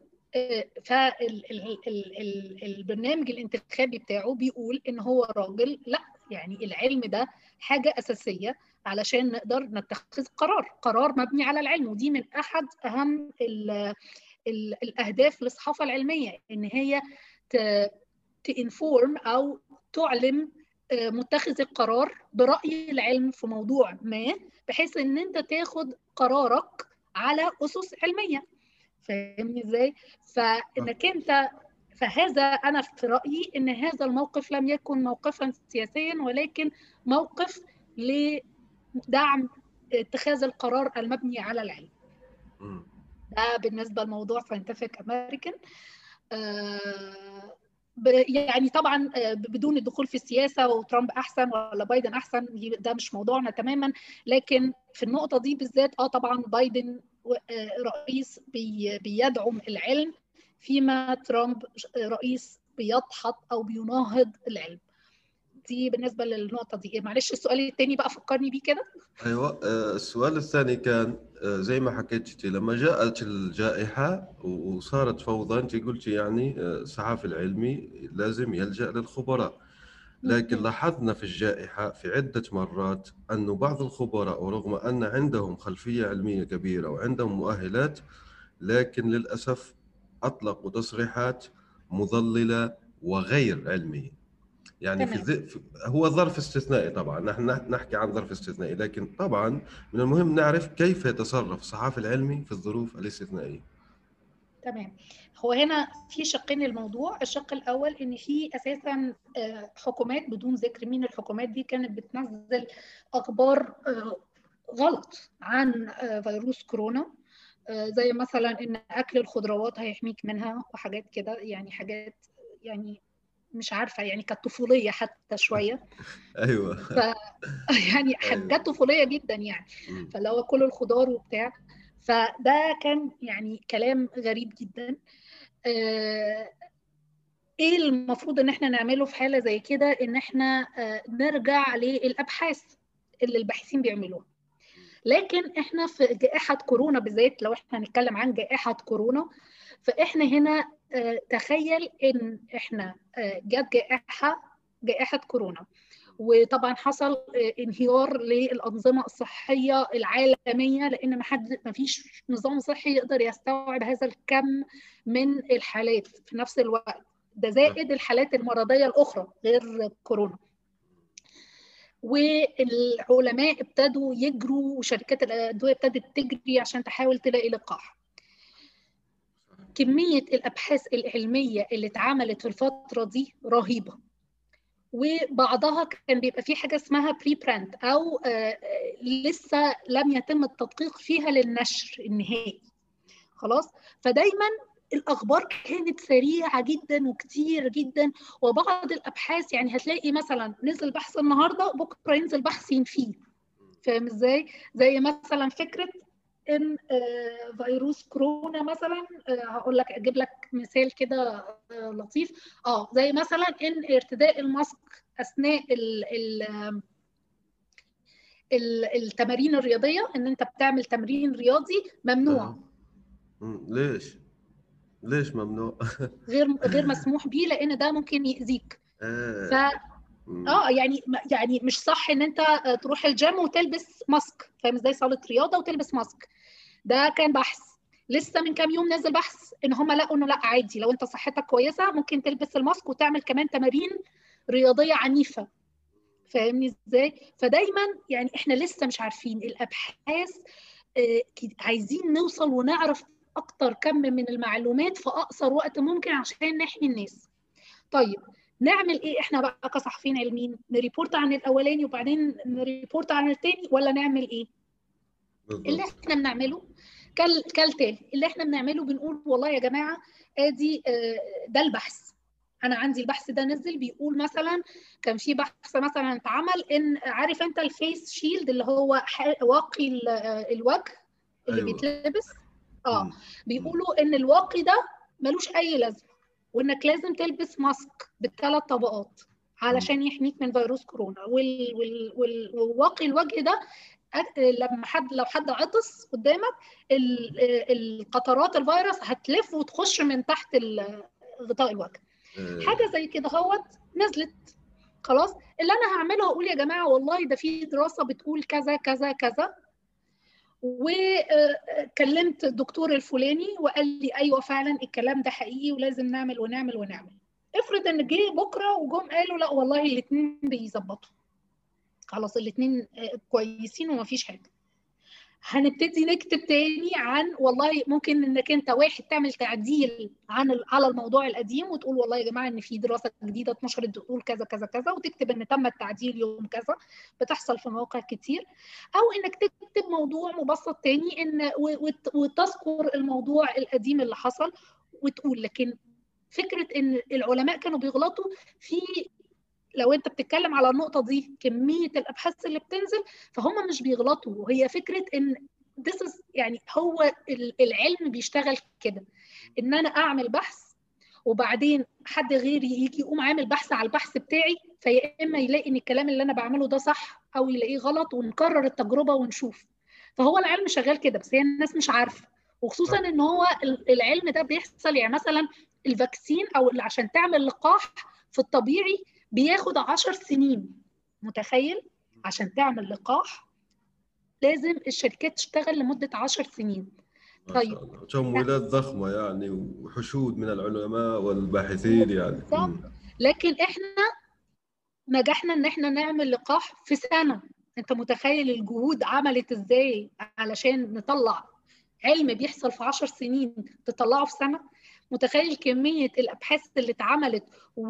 فالبرنامج الانتخابي بتاعه بيقول ان هو راجل لا، يعني العلم ده حاجه اساسيه علشان نقدر نتخذ قرار قرار مبني على العلم. ودي من احد اهم ال ال الاهداف للصحافه العلميه، ان هي تانفورم او تعلم متخذ القرار براي العلم في موضوع ما، بحيث ان انت تاخد قرارك على اسس علميه. فاهمني ازاي؟ فانك انت فهذا انا في رايي ان هذا الموقف لم يكن موقفا سياسيا، ولكن موقف لدعم اتخاذ القرار المبني على العلم. ده بالنسبه لموضوع ساينتفك امريكان. آه يعني طبعا بدون الدخول في السياسه وترامب احسن ولا بايدن احسن، ده مش موضوعنا تماما، لكن في النقطه دي بالذات اه طبعا بايدن رئيس بي بيدعم العلم، فيما ترامب رئيس بيدحض او بيناهض العلم. دي بالنسبه للنقطه دي. معلش السؤال الثاني بقى فكرني بيه كده. ايوه، السؤال الثاني كان زي ما حكيتي لما جاءت الجائحه وصارت فوضى، انت قلتي يعني الصحافي العلمي لازم يلجأ للخبراء، لكن لاحظنا في الجائحه في عده مرات انه بعض الخبراء ورغم ان عندهم خلفيه علميه كبيره وعندهم مؤهلات، لكن للاسف اطلقوا تصريحات مضلله وغير علميه. يعني في, في هو ظرف استثنائي، طبعا نحن نحكي عن ظرف استثنائي، لكن طبعا من المهم نعرف كيف يتصرف الصحافي العلمي في الظروف الاستثنائيه. تمام. هو هنا في شقين للموضوع. الشق الاول ان في اساسا حكومات بدون ذكر مين الحكومات دي كانت بتنزل اخبار غلط عن فيروس كورونا، زي مثلا ان اكل الخضروات هيحميك منها وحاجات كده، يعني حاجات يعني مش عارفه يعني كانت طفوليه حتى شويه. ايوه ف يعني حاجات طفوليه جدا يعني، فاللي هو كل الخضار وبتاع، فده كان يعني كلام غريب جدا. آه ايه المفروض ان احنا نعمله في حاله زي كده؟ ان احنا آه نرجع للابحاث اللي الباحثين بيعملوها. لكن احنا في جائحه كورونا بالذات، لو احنا هنتكلم عن جائحه كورونا، فاحنا هنا آه تخيل ان احنا آه جت جائحه جائحه كورونا، وطبعا حصل انهيار للأنظمة الصحية العالمية، لأن ما فيش نظام صحي يقدر يستوعب هذا الكم من الحالات في نفس الوقت، ده زائد الحالات المرضية الأخرى غير كورونا. والعلماء ابتدوا يجروا وشركات الأدوية ابتدت تجري عشان تحاول تلاقي لقاح. كمية الأبحاث العلمية اللي اتعملت في الفترة دي رهيبة، وبعضها كان بيبقى فيه حاجة اسمها بري برانت أو آه لسه لم يتم التدقيق فيها للنشر النهائي خلاص. فدايما الأخبار كانت سريعة جدا وكتير جدا، وبعض الأبحاث يعني هتلاقي مثلا نزل بحث النهاردة بكرة ينزل بحث فيه. فاهم ازاي؟ زي مثلا فكرة ان آه فيروس كورونا مثلا، آه هقول لك اجيب لك مثال كده آه لطيف. اه زي مثلا ان ارتداء الماسك اثناء ال ال ال التمارين الرياضيه، ان انت بتعمل تمرين رياضي ممنوع. ليش ليش ممنوع؟ غير غير مسموح بيه، لان ده ممكن يأذيك. آه. ف اه يعني يعني مش صح ان انت تروح الجيم وتلبس ماسك، فاهم ازاي؟ صاله رياضه وتلبس ماسك. ده كان بحث لسه من كام يوم نازل بحث ان هم لقوا انه لا عادي، لو انت صحتك كويسه ممكن تلبس الماسك وتعمل كمان تمارين رياضيه عنيفه. فاهمني ازاي؟ فدايما يعني احنا لسه مش عارفين الابحاث، آه عايزين نوصل ونعرف اكتر كم من المعلومات في اقصر وقت ممكن عشان نحمي الناس. طيب نعمل ايه احنا بقى كصحفيين علميين؟ نريبورت عن الاولاني وبعدين نريبورت عن الثاني، ولا نعمل ايه؟ بالضبط. اللي احنا بنعمله كالتالي، اللي احنا بنعمله بنقول والله يا جماعه ادي ده البحث، انا عندي البحث ده نزل بيقول مثلا كان في بحث مثلا اتعمل ان عارف انت الفيس شيلد اللي هو واقي الوجه اللي أيوة. بيتلبس اه مم. بيقولوا ان الواقي ده ملوش اي لازمه، وانك لازم تلبس ماسك بالثلاث طبقات علشان يحميك من فيروس كورونا. وال... وال... وال... والواقي الوجه ده لما حد لو حد عطس قدامك القطرات الفيروس هتلف وتخش من تحت غطاء الوجه. حاجه زي كده هوت نزلت خلاص. اللي انا هعمله هقول يا جماعه والله ده في دراسه بتقول كذا كذا كذا، وكلمت الدكتور الفلاني وقال لي ايوه فعلا الكلام ده حقيقي ولازم نعمل ونعمل ونعمل. افرض ان جه بكره وجم قالوا لا والله الاثنين بيظبطوا، خلاص الاثنين كويسين ومفيش حاجه. هنبتدي نكتب تاني عن والله ممكن انك انت واحد تعمل تعديل عن على الموضوع القديم وتقول والله يا جماعه ان في دراسه جديده اتنشرت بتقول كذا كذا كذا، وتكتب ان تم التعديل يوم كذا، بتحصل في مواقع كتير. او انك تكتب موضوع مبسط تاني ان وتذكر الموضوع القديم اللي حصل وتقول. لكن فكره ان العلماء كانوا بيغلطوا في، لو انت بتتكلم على النقطه دي كميه الابحاث اللي بتنزل، فهم مش بيغلطوا. هي فكره ان this is يعني هو العلم بيشتغل كده، ان انا اعمل بحث وبعدين حد غيري يجي يقوم عامل بحث على البحث بتاعي، فيا اما يلاقي ان الكلام اللي انا بعمله ده صح او يلاقيه غلط ونكرر التجربه ونشوف. فهو العلم شغال كده، بس هي الناس مش عارفه. وخصوصا ان هو العلم ده بيحصل يعني مثلا الفاكسين او عشان تعمل لقاح في الطبيعي بياخد عشر سنين. متخيل؟ عشان تعمل لقاح لازم الشركات تشتغل لمدة عشر سنين. طيب تمويلات ضخمة يعني وحشود من العلماء والباحثين يعني. لكن احنا نجحنا ان احنا نعمل لقاح في سنة. انت متخيل الجهود عملت ازاي علشان نطلع علم بيحصل في عشر سنين تطلعه في سنة؟ متخيل كمية الأبحاث اللي اتعملت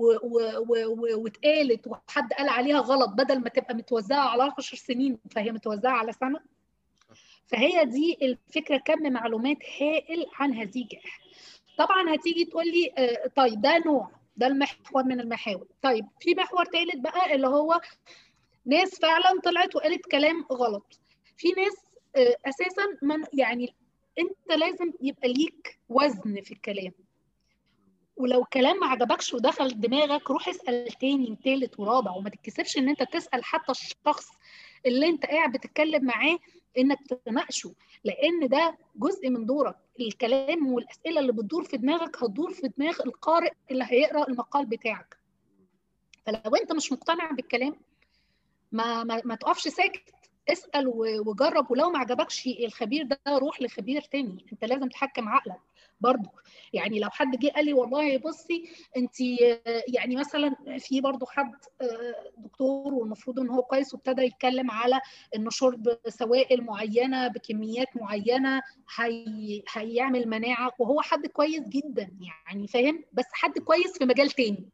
واتقالت وحد قال عليها غلط، بدل ما تبقى متوزعة على عشر سنين فهي متوزعة على سنة. فهي دي الفكرة، كم معلومات هائل عن هذه الجائحة. طبعا هتيجي تقول لي آه طيب ده نوع، ده المحور من المحاور. طيب في محور ثالث بقى اللي هو ناس فعلا طلعت وقالت كلام غلط. في ناس آه أساسا من يعني انت لازم يبقى ليك وزن في الكلام، ولو الكلام ما عجبكش ودخل دماغك روح اسال تاني وتالت ورابع، وما تتكسفش ان انت تسال حتى الشخص اللي انت قاعد بتتكلم معاه انك تناقشه، لان ده جزء من دورك. الكلام والاسئله اللي بتدور في دماغك هتدور في دماغ القارئ اللي هيقرا المقال بتاعك. فلو انت مش مقتنع بالكلام ما ما, ما تقفش ساكت، اسال وجرب، ولو ما عجبكش الخبير ده روح لخبير تاني. انت لازم تحكم عقلك برضو. يعني لو حد جه قال لي والله بصي انت يعني مثلا في برضو حد دكتور والمفروض ان هو كويس وابتدى يتكلم على ان شرب سوائل معينه بكميات معينه هي هيعمل مناعه، وهو حد كويس جدا يعني فاهم، بس حد كويس في مجال تاني،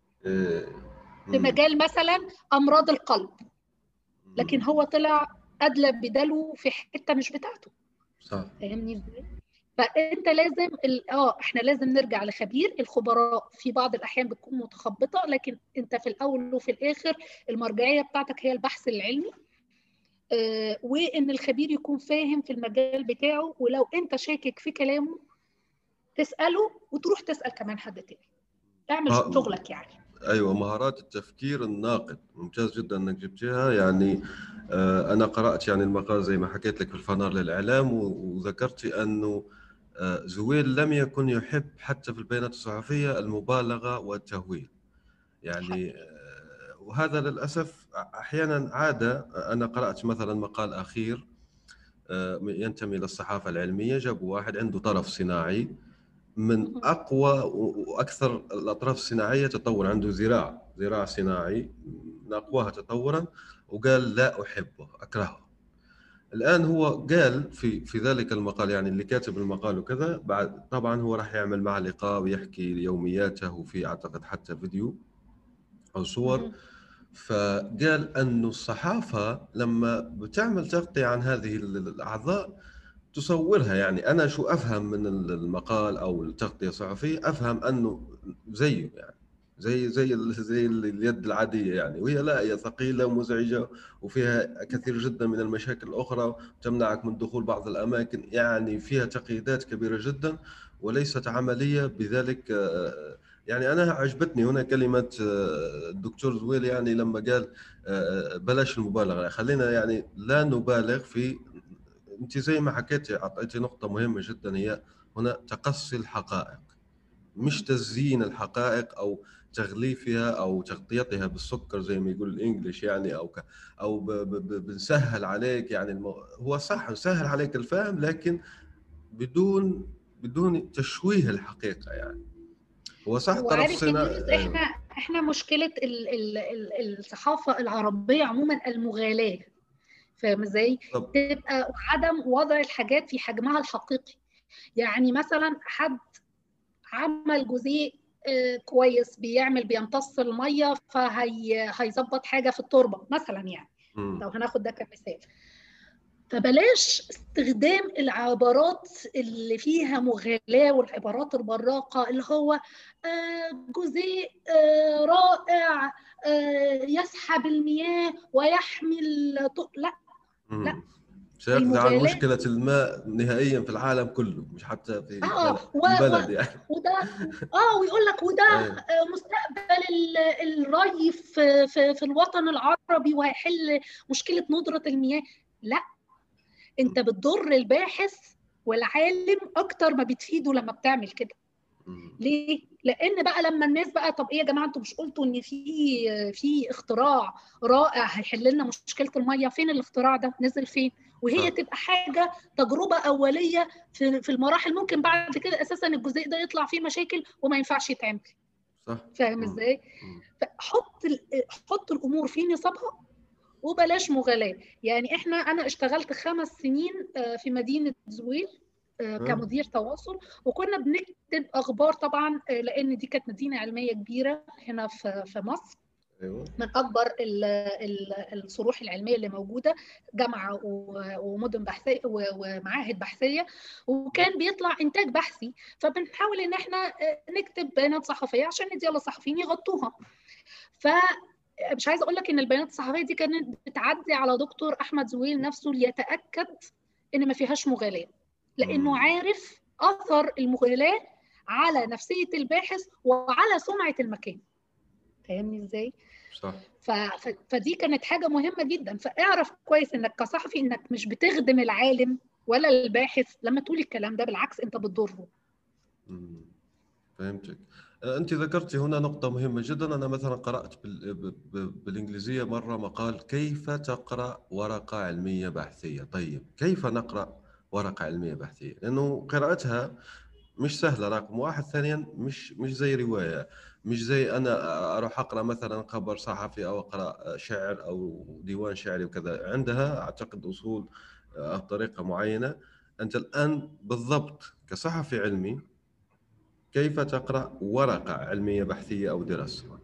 في مجال مثلا امراض القلب، لكن هو طلع ادلى بدلو في حته مش بتاعته. صح. فاهمني ازاي؟ فانت لازم اه احنا لازم نرجع لخبير. الخبراء في بعض الاحيان بتكون متخبطه، لكن انت في الاول وفي الاخر المرجعيه بتاعتك هي البحث العلمي، آه وان الخبير يكون فاهم في المجال بتاعه، ولو انت شاكك في كلامه تساله وتروح تسال كمان حد تاني. اعمل شغلك يعني. ايوه، مهارات التفكير الناقد ممتاز جدا انك جبتيها. يعني آه انا قرات يعني المقال زي ما حكيت لك في الفنار للاعلام، وذكرتي انه آه زويل لم يكن يحب حتى في البيانات الصحفيه المبالغه والتهويل. يعني آه وهذا للاسف احيانا عاده. انا قرات مثلا مقال اخير آه ينتمي للصحافه العلميه، جابوا واحد عنده طرف صناعي من أقوى وأكثر الأطراف الصناعية تطور، عنده زراع زراع صناعي من أقواها تطورا، وقال لا أحبه أكرهه. الآن هو قال في في ذلك المقال، يعني اللي كاتب المقال وكذا، بعد طبعا هو راح يعمل معه لقاء ويحكي يومياته، وفي أعتقد حتى فيديو أو صور. فقال أنه الصحافة لما بتعمل تغطية عن هذه الأعضاء تصورها، يعني أنا شو أفهم من المقال أو التغطية الصحفية، أفهم أنه زيه يعني زي زي ال- زي ال- اليد العاديه يعني، وهي لا، هي ثقيله ومزعجه وفيها كثير جدا من المشاكل الاخرى، تمنعك من دخول بعض الاماكن، يعني فيها تقييدات كبيره جدا وليست عمليه. بذلك آه، يعني انا عجبتني هنا كلمه آه، الدكتور زويل، يعني لما قال آه، بلاش المبالغه، خلينا يعني لا نبالغ في. انت زي ما حكيتي اعطيتي نقطه مهمه جدا، هي هنا تقصي الحقائق، مش تزيين الحقائق او تغليفها او تغطيتها بالسكر زي ما يقول الانجليش يعني، او ك او ب ب ب بنسهل عليك يعني المو... هو صح نسهل عليك الفهم، لكن بدون بدون تشويه الحقيقه يعني. هو صح طرف وعارف يا صناعي. يونس، احنا ايوه. احنا مشكله ال ال ال الصحافه العربيه عموما المغالاه. فاهم ازاي؟ طب. تبقى عدم وضع الحاجات في حجمها الحقيقي. يعني مثلا حد عمل جزيء آه، كويس، بيعمل بيمتص الميه، فهي هيظبط حاجه في التربه مثلا يعني، مم. لو هناخد ده كمثال. فبلاش استخدام العبارات اللي فيها مغالاة والعبارات البراقة، اللي هو آه، جزيء آه، رائع آه، يسحب المياه ويحمل. لا لا، مم. سيقضي على المغالاة. مشكله الماء نهائيا في العالم كله، مش حتى في اه بلد و في و البلد يعني. وده اه ويقول لك وده ايوه. آه، مستقبل ال- الري في في في الوطن العربي، وهيحل مشكلة ندرة المياه. لا، انت بتضر الباحث والعالم اكتر ما بتفيده لما بتعمل كده. مم. ليه؟ لان بقى لما الناس بقى، طب ايه يا جماعه، انتوا مش قلتوا ان في في اختراع رائع هيحل لنا مشكله الميه؟ فين الاختراع ده؟ نزل فين؟ وهي صح. تبقى حاجه تجربه اوليه في في المراحل، ممكن بعد كده اساسا الجزيء ده يطلع فيه مشاكل وما ينفعش يتعمل. صح. فاهم مم. ازاي؟ مم. فحط حط الامور في نصابها وبلاش مغالاة. يعني احنا انا اشتغلت خمس سنين آه، في مدينة زويل آه، ها. كمدير تواصل، وكنا بنكتب اخبار طبعا آه، لان دي كانت مدينة علمية كبيرة هنا في في مصر، ايوه. من اكبر ال ال الصروح العلميه اللي موجوده، جامعه ومدن بحثيه ومعاهد بحثيه، وكان بيطلع انتاج بحثي. فبنحاول ان احنا آه، نكتب بيانات صحفيه عشان نديها للصحفيين يغطوها. ف مش عايزه اقول لك ان البيانات الصحفيه دي كانت بتعدي على دكتور احمد زويل نفسه ليتاكد ان ما فيهاش مغالاه، لانه مم. عارف اثر المغالاه على نفسيه الباحث وعلى سمعه المكان. فاهمني ازاي؟ صح. ف... ف... فدي كانت حاجه مهمه جدا. فاعرف كويس انك كصحفي انك مش بتخدم العالم ولا الباحث لما تقول الكلام ده، بالعكس انت بتضره. مم. فهمتك. آه، أنت ذكرتي هنا نقطة مهمة جدا. أنا مثلا قرأت بال... ب... ب... بالإنجليزية مرة مقال كيف تقرأ ورقة علمية بحثية. طيب كيف نقرأ ورقة علمية بحثية؟ لأنه قراءتها مش سهلة رقم واحد، ثانيا مش مش زي رواية، مش زي أنا أروح أقرأ مثلا خبر صحفي أو أقرأ شعر أو ديوان شعري وكذا. عندها أعتقد أصول أو طريقة معينة. أنت الآن بالضبط كصحفي علمي كيف تقرأ ورقة علمية بحثية أو دراسة؟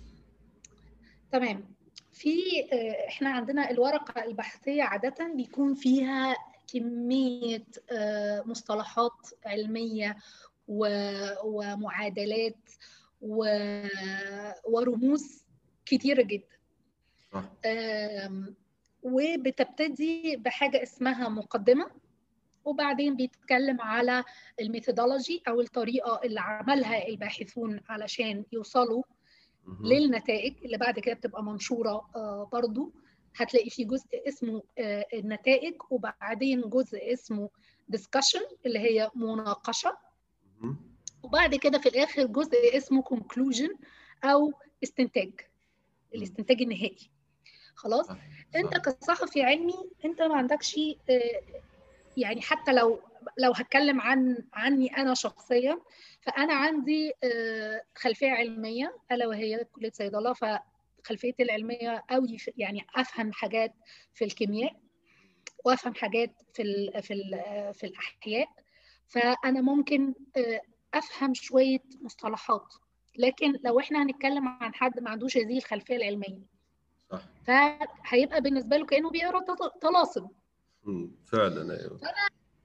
تمام. في آه، احنا عندنا الورقه البحثيه عاده بيكون فيها كميه آه، مصطلحات علميه و- ومعادلات و- ورموز كتيره جدا. صح. آم، وبتبتدي بحاجه اسمها مقدمه، وبعدين بيتكلم على الميثودولوجي او الطريقه اللي عملها الباحثون علشان يوصلوا مهم. للنتائج اللي بعد كده بتبقى منشوره. آه، برضو هتلاقي في جزء اسمه آه، النتائج، وبعدين جزء اسمه discussion اللي هي مناقشه، مهم. وبعد كده في الاخر جزء اسمه conclusion او استنتاج، مهم. الاستنتاج النهائي. خلاص. صح. انت صح. كصحفي علمي انت ما عندكش آه، يعني حتى لو لو هتكلم عن عني انا شخصيا، فانا عندي آه، خلفيه علميه الا وهي كليه صيدله. فخلفيتي العلميه قوي يعني افهم حاجات في الكيمياء وافهم حاجات في ال في ال في الاحياء. فانا ممكن آه، افهم شويه مصطلحات، لكن لو احنا هنتكلم عن حد ما عندوش هذه الخلفيه العلميه، صح. فهيبقى بالنسبه له كانه بيقرا طلاسم. مم. فعلا. أيوه.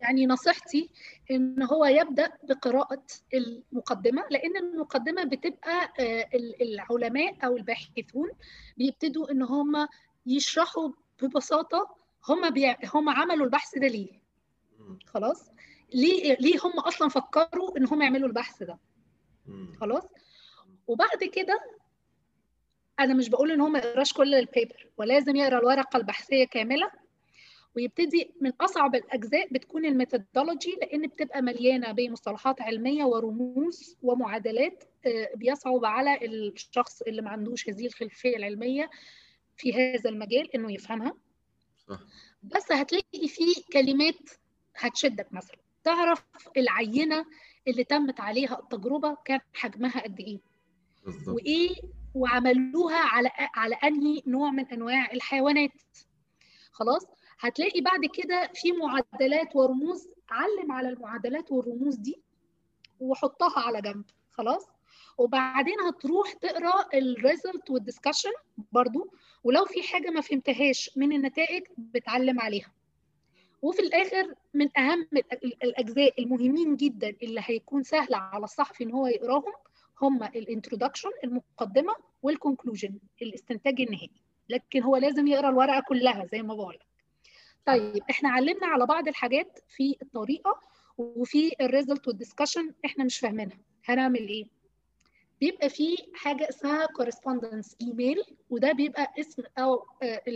يعني نصيحتي ان هو يبدا بقراءه المقدمه، لان المقدمه بتبقى العلماء او الباحثون بيبتدوا ان هم يشرحوا ببساطه هم بي... هم عملوا البحث ده ليه. خلاص، ليه ليه هم اصلا فكروا ان هم يعملوا البحث ده. خلاص، وبعد كده انا مش بقول ان هو ما يقراش كل البيبر، ولازم يقرا الورقه البحثيه كامله، ويبتدي من اصعب الاجزاء بتكون الميثودولوجي، لان بتبقى مليانه بمصطلحات علميه ورموز ومعادلات بيصعب على الشخص اللي ما عندوش هذه الخلفيه العلميه في هذا المجال انه يفهمها. صح. بس هتلاقي فيه كلمات هتشدك، مثلا تعرف العينه اللي تمت عليها التجربه كان حجمها قد ايه، بالضبط، وايه وعملوها على على انهي نوع من انواع الحيوانات. خلاص، هتلاقي بعد كده في معادلات ورموز، علم على المعادلات والرموز دي وحطها على جنب. خلاص، وبعدين هتروح تقرا الريزلت والدسكشن برضو، ولو في حاجه ما فهمتهاش من النتائج بتعلم عليها. وفي الاخر من اهم الاجزاء المهمين جدا اللي هيكون سهل على الصحفي ان هو يقراهم هم الانترودكشن المقدمه والكونكلوجن الاستنتاج النهائي، لكن هو لازم يقرا الورقه كلها زي ما بقول. طيب احنا علمنا على بعض الحاجات في الطريقه، وفي الريزلت والدسكشن احنا مش فاهمينها، هنعمل ايه؟ بيبقى في حاجه اسمها كورسبوندنس ايميل، وده بيبقى اسم او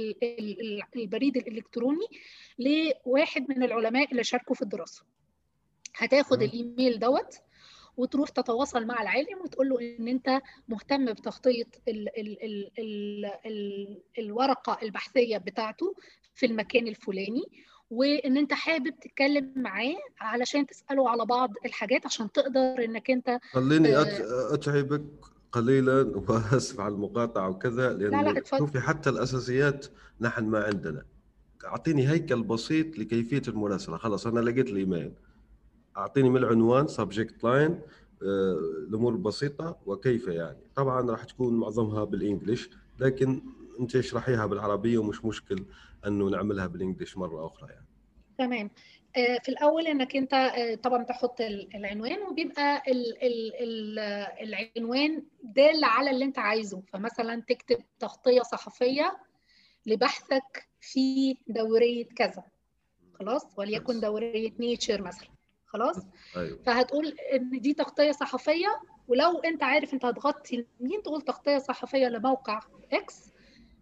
البريد الالكتروني لواحد من العلماء اللي شاركوا في الدراسه. هتاخد الايميل دوت وتروح تتواصل مع العالم وتقول له ان انت مهتم بتغطيه ال ال ال ال ال الورقه البحثيه بتاعته في المكان الفلاني، وان انت حابب تتكلم معاه علشان تساله على بعض الحاجات عشان تقدر انك انت. خليني اتعبك قليلا واسف على المقاطعه وكذا، لان شوفي حتى الاساسيات نحن ما عندنا. اعطيني هيكل بسيط لكيفيه المراسله. خلاص انا لقيت الايميل، اعطيني من العنوان سبجكت لاين، الامور البسيطه وكيف يعني. طبعا راح تكون معظمها بالانجليش، لكن انت اشرحيها بالعربيه ومش مشكل انه نعملها بالانجليش مره اخرى يعني. تمام. في الاول انك انت طبعا تحط العنوان، وبيبقى ال ال ال العنوان دال على اللي انت عايزه. فمثلا تكتب تغطيه صحفيه لبحثك في دوريه كذا، خلاص، وليكن دوريه نيتشر مثلا. خلاص. أيوة. فهتقول ان دي تغطيه صحفيه، ولو انت عارف انت هتغطي مين تقول تغطيه صحفيه لموقع اكس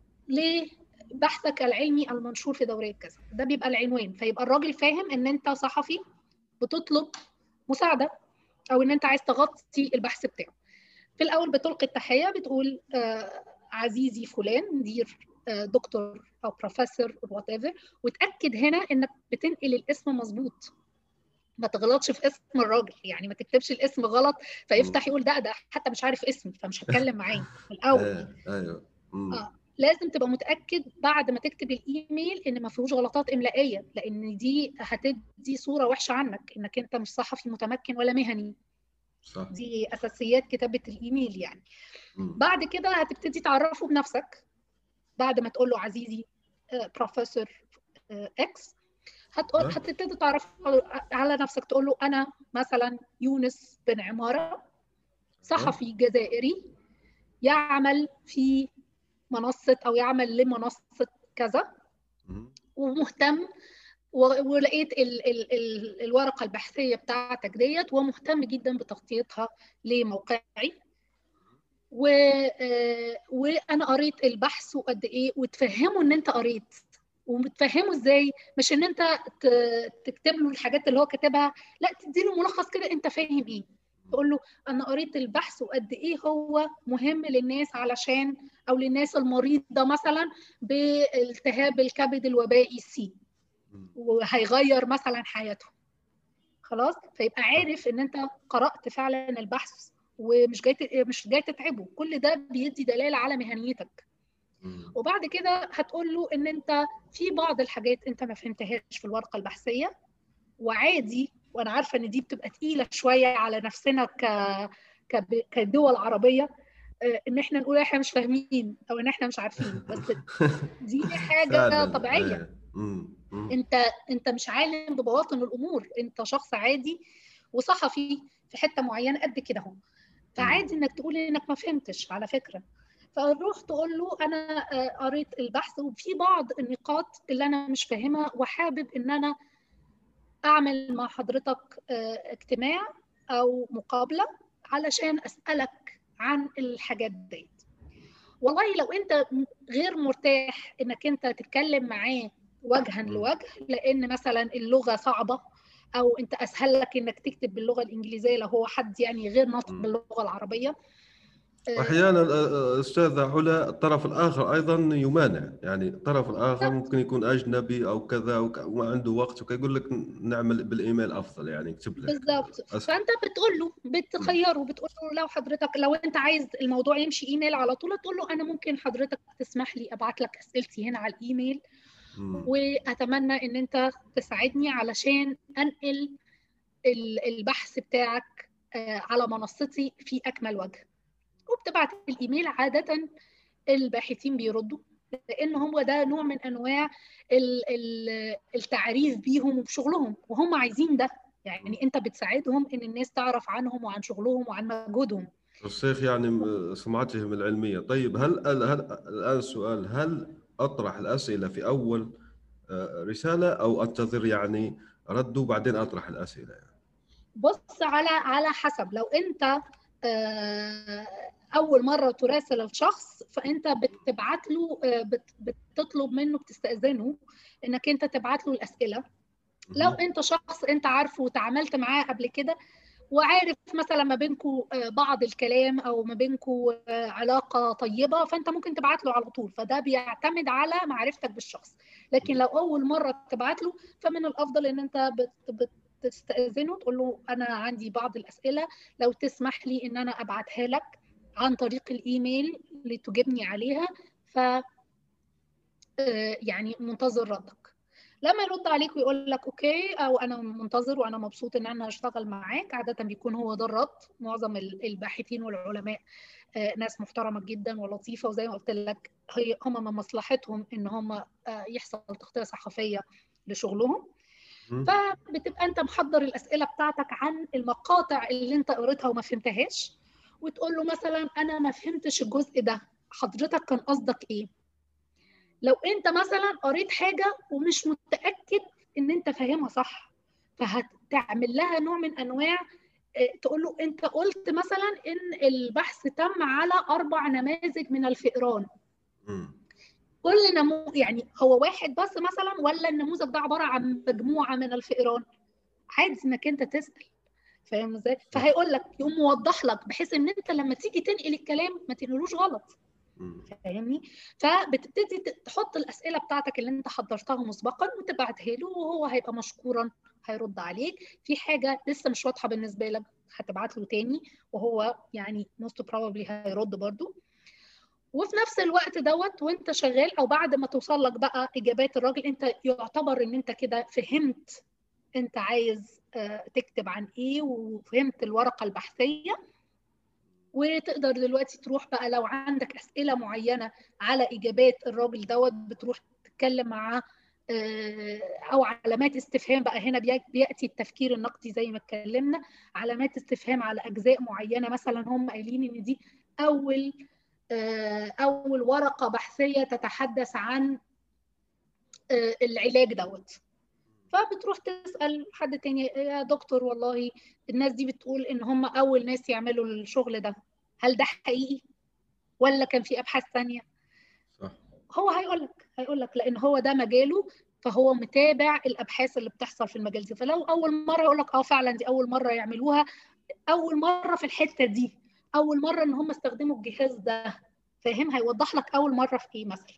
لبحثك العلمي المنشور في دوريه كذا. ده بيبقى العنوان، فيبقى الراجل فاهم ان انت صحفي بتطلب مساعده او ان انت عايز تغطي البحث بتاعه. في الاول بتلقي التحيه، بتقول آه عزيزي فلان، مدير آه دكتور او بروفيسور وات ايفر، وتاكد هنا انك بتنقل الاسم مظبوط، ما تغلطش في اسم الراجل، يعني ما تكتبش الاسم غلط فيفتح يقول ده ده حتى مش عارف اسمي فمش هتكلم معاه في الاول. ايوه. اه لازم تبقى متاكد بعد ما تكتب الايميل ان ما فيهوش غلطات املائيه، لان دي هتدي صوره وحشه عنك انك انت مش صحفي متمكن ولا مهني. صح. دي اساسيات كتابه الايميل يعني. مم. بعد كده هتبتدي تعرفه بنفسك بعد ما تقول له عزيزي بروفيسور اكس. هتقول هتبتدي تعرف على نفسك، تقول له انا مثلا يونس بن عماره، صحفي جزائري يعمل في منصه او يعمل لمنصه كذا، ومهتم ولقيت ال ال ال الورقه البحثيه بتاعتك ديت ومهتم جدا بتغطيتها لموقعي، و وانا قريت البحث وقد ايه، وتفهمه ان انت قريت وبتفهمه ازاي، مش ان انت تكتب له الحاجات اللي هو كاتبها، لا تدي له ملخص كده انت فاهم ايه. تقول له انا قريت البحث وقد ايه هو مهم للناس، علشان او للناس المريضه مثلا بالتهاب الكبد الوبائي سي، وهيغير مثلا حياتهم. خلاص، فيبقى عارف ان انت قرات فعلا البحث ومش جاي مش جاي تتعبه. كل ده بيدي دلاله على مهنيتك. وبعد كده هتقول له ان انت في بعض الحاجات انت ما فهمتهاش في الورقه البحثيه، وعادي، وانا عارفه ان دي بتبقى تقيله شويه على نفسنا ك كدول عربيه، ان احنا نقول احنا مش فاهمين او ان احنا مش عارفين، بس دي حاجه طبيعيه. مم. مم. انت انت مش عالم ببواطن الامور، انت شخص عادي وصحفي في حته معينه قد كده اهو، فعادي انك تقول انك ما فهمتش على فكره. فروح تقول له انا قريت البحث وفي بعض النقاط اللي انا مش فاهمها وحابب ان انا اعمل مع حضرتك اجتماع او مقابله علشان اسالك عن الحاجات دي. والله لو انت غير مرتاح انك انت تتكلم معاه وجها لوجه لان مثلا اللغه صعبه، او انت اسهل لك انك تكتب باللغه الانجليزيه لو هو حد يعني غير ناطق باللغه العربيه. احيانا استاذه علا الطرف الاخر ايضا يمانع، يعني الطرف الاخر ممكن يكون اجنبي او كذا وما عنده وقت ويقول لك نعمل بالايميل افضل، يعني يكتب لك بالضبط. فانت بتقول له بتخيره، بتقول له لو حضرتك لو انت عايز الموضوع يمشي ايميل على طول تقول له انا ممكن حضرتك تسمح لي ابعت لك اسئلتي هنا على الايميل، واتمنى ان انت تساعدني علشان انقل البحث بتاعك على منصتي في اكمل وجه. وبتبعت الايميل، عاده الباحثين بيردوا لان هو ده نوع من انواع التعريف بيهم وبشغلهم وهم عايزين ده، يعني انت بتساعدهم ان الناس تعرف عنهم وعن شغلهم وعن مجهودهم، الشيخ يعني سمعتهم العلميه. طيب هل هل الان السؤال، هل اطرح الاسئله في اول رساله او انتظر يعني رد وبعدين اطرح الاسئله؟ يعني بص، على على حسب. لو انت اول مره تراسل الشخص فانت بتبعت له بتطلب منه بتستاذنه انك انت تبعت له الاسئله. لو انت شخص انت عارفه وتعاملت معاه قبل كده وعارف مثلا ما بينكم بعض الكلام او ما بينكم علاقه طيبه فانت ممكن تبعت له على طول، فده بيعتمد على معرفتك بالشخص. لكن لو اول مره تبعت له فمن الافضل ان انت بت تستأذنه تقول له أنا عندي بعض الأسئلة لو تسمح لي إن أنا أبعتها لك عن طريق الإيميل لتجيبني عليها، ف يعني منتظر ردك. لما يرد عليك ويقول لك أوكي أو أنا منتظر وأنا مبسوط إن أنا أشتغل معاك، عادة بيكون هو ده الرد. معظم الباحثين والعلماء ناس محترمة جدا ولطيفة، وزي ما قلت لك هم من مصلحتهم إن هم يحصل تغطية صحفية لشغلهم. فبتبقى انت محضر الاسئله بتاعتك عن المقاطع اللي انت قريتها وما فهمتهاش، وتقول له مثلا انا ما فهمتش الجزء ده، حضرتك كان قصدك ايه؟ لو انت مثلا قريت حاجه ومش متاكد ان انت فاهمها صح فهتعمل لها نوع من انواع تقول له انت قلت مثلا ان البحث تم على اربع نماذج من الفئران، كل نمو يعني هو واحد بس مثلا ولا النموذج ده عباره عن مجموعه من الفئران؟ عادي انك انت تسال، فاهم ازاي؟ فهيقول لك، يقوم موضح لك بحيث ان انت لما تيجي تنقل الكلام ما تنقلوش غلط، فاهمني؟ فبتبتدي تحط الاسئله بتاعتك اللي انت حضرتها مسبقا وتبعتها له، وهو هيبقى مشكورا هيرد عليك. في حاجه لسه مش واضحه بالنسبه لك هتبعت له تاني وهو يعني most probably هيرد برضو. وفي نفس الوقت دوت وانت شغال او بعد ما توصل لك بقى اجابات الراجل، انت يعتبر ان انت كده فهمت انت عايز تكتب عن ايه وفهمت الورقه البحثيه، وتقدر دلوقتي تروح بقى لو عندك اسئله معينه على اجابات الراجل دوت بتروح تتكلم معاه، او علامات استفهام بقى. هنا بياتي التفكير النقدي زي ما اتكلمنا، علامات استفهام على اجزاء معينه، مثلا هم قايلين ان دي اول اول ورقه بحثيه تتحدث عن العلاج دوت، فبتروح تسال حد تاني يا دكتور والله الناس دي بتقول ان هم اول ناس يعملوا الشغل ده، هل ده حقيقي ولا كان في ابحاث ثانيه؟ صح. هو هيقول لك هيقول لك لان هو ده مجاله، فهو متابع الابحاث اللي بتحصل في المجال ده، فلو اول مره يقول لك اه فعلا دي اول مره يعملوها، اول مره في الحته دي، اول مره ان هم استخدموا الجهاز ده، فاهم؟ هيوضح لك اول مره في ايه مثلا.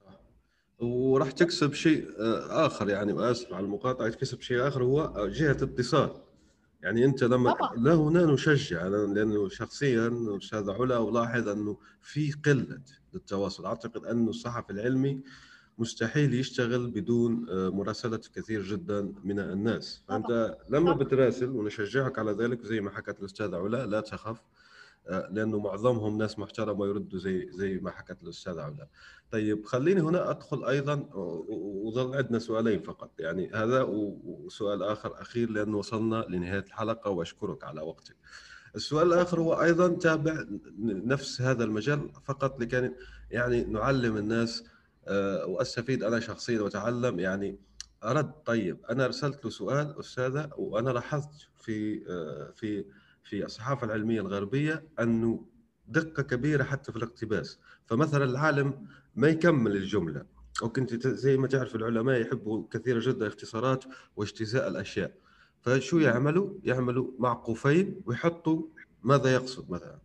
وراح تكسب شيء آخر، يعني وآسف على المقاطعة، تكسب شيء آخر هو جهة اتصال. يعني أنت لما طبعا. لا هنا نشجع، لأنه شخصيا أستاذ علا ألاحظ أنه في قلة للتواصل. أعتقد أنه الصحفي العلمي مستحيل يشتغل بدون مراسلة كثير جدا من الناس. فأنت لما بتراسل ونشجعك على ذلك زي ما حكت الأستاذة علا لا تخف، لأنه معظمهم ناس محترمة ويردوا زي زي ما حكت الأستاذة علا. طيب خليني هنا أدخل أيضا، وظل عندنا سؤالين فقط يعني، هذا وسؤال آخر أخير لأنه وصلنا لنهاية الحلقة، وأشكرك على وقتك. السؤال الآخر هو أيضا تابع نفس هذا المجال فقط لكي يعني نعلم الناس وأستفيد أنا شخصيا وأتعلم. يعني أرد، طيب أنا أرسلت له سؤال أستاذة، وأنا لاحظت في في في الصحافة العلمية الغربية أنه دقة كبيرة حتى في الاقتباس. فمثلا العالم ما يكمل الجملة، وكنت زي ما تعرف العلماء يحبوا كثيرا جدا اختصارات واجتزاء الأشياء، فشو يعملوا؟ يعملوا معقوفين ويحطوا ماذا يقصد مثلا،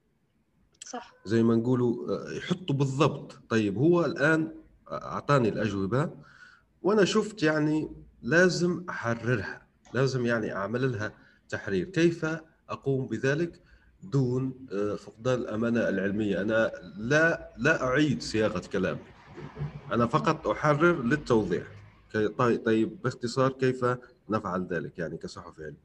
صح، زي ما نقولوا يحطوا بالضبط. طيب هو الآن أعطاني الأجوبة وأنا شفت يعني لازم أحررها، لازم يعني أعمل لها تحرير. كيف أقوم بذلك دون فقدان الأمانة العلمية؟ أنا لا لا أعيد صياغة كلامي، أنا فقط أحرر للتوضيح. طيب باختصار كيف نفعل ذلك يعني كصحفي علمي؟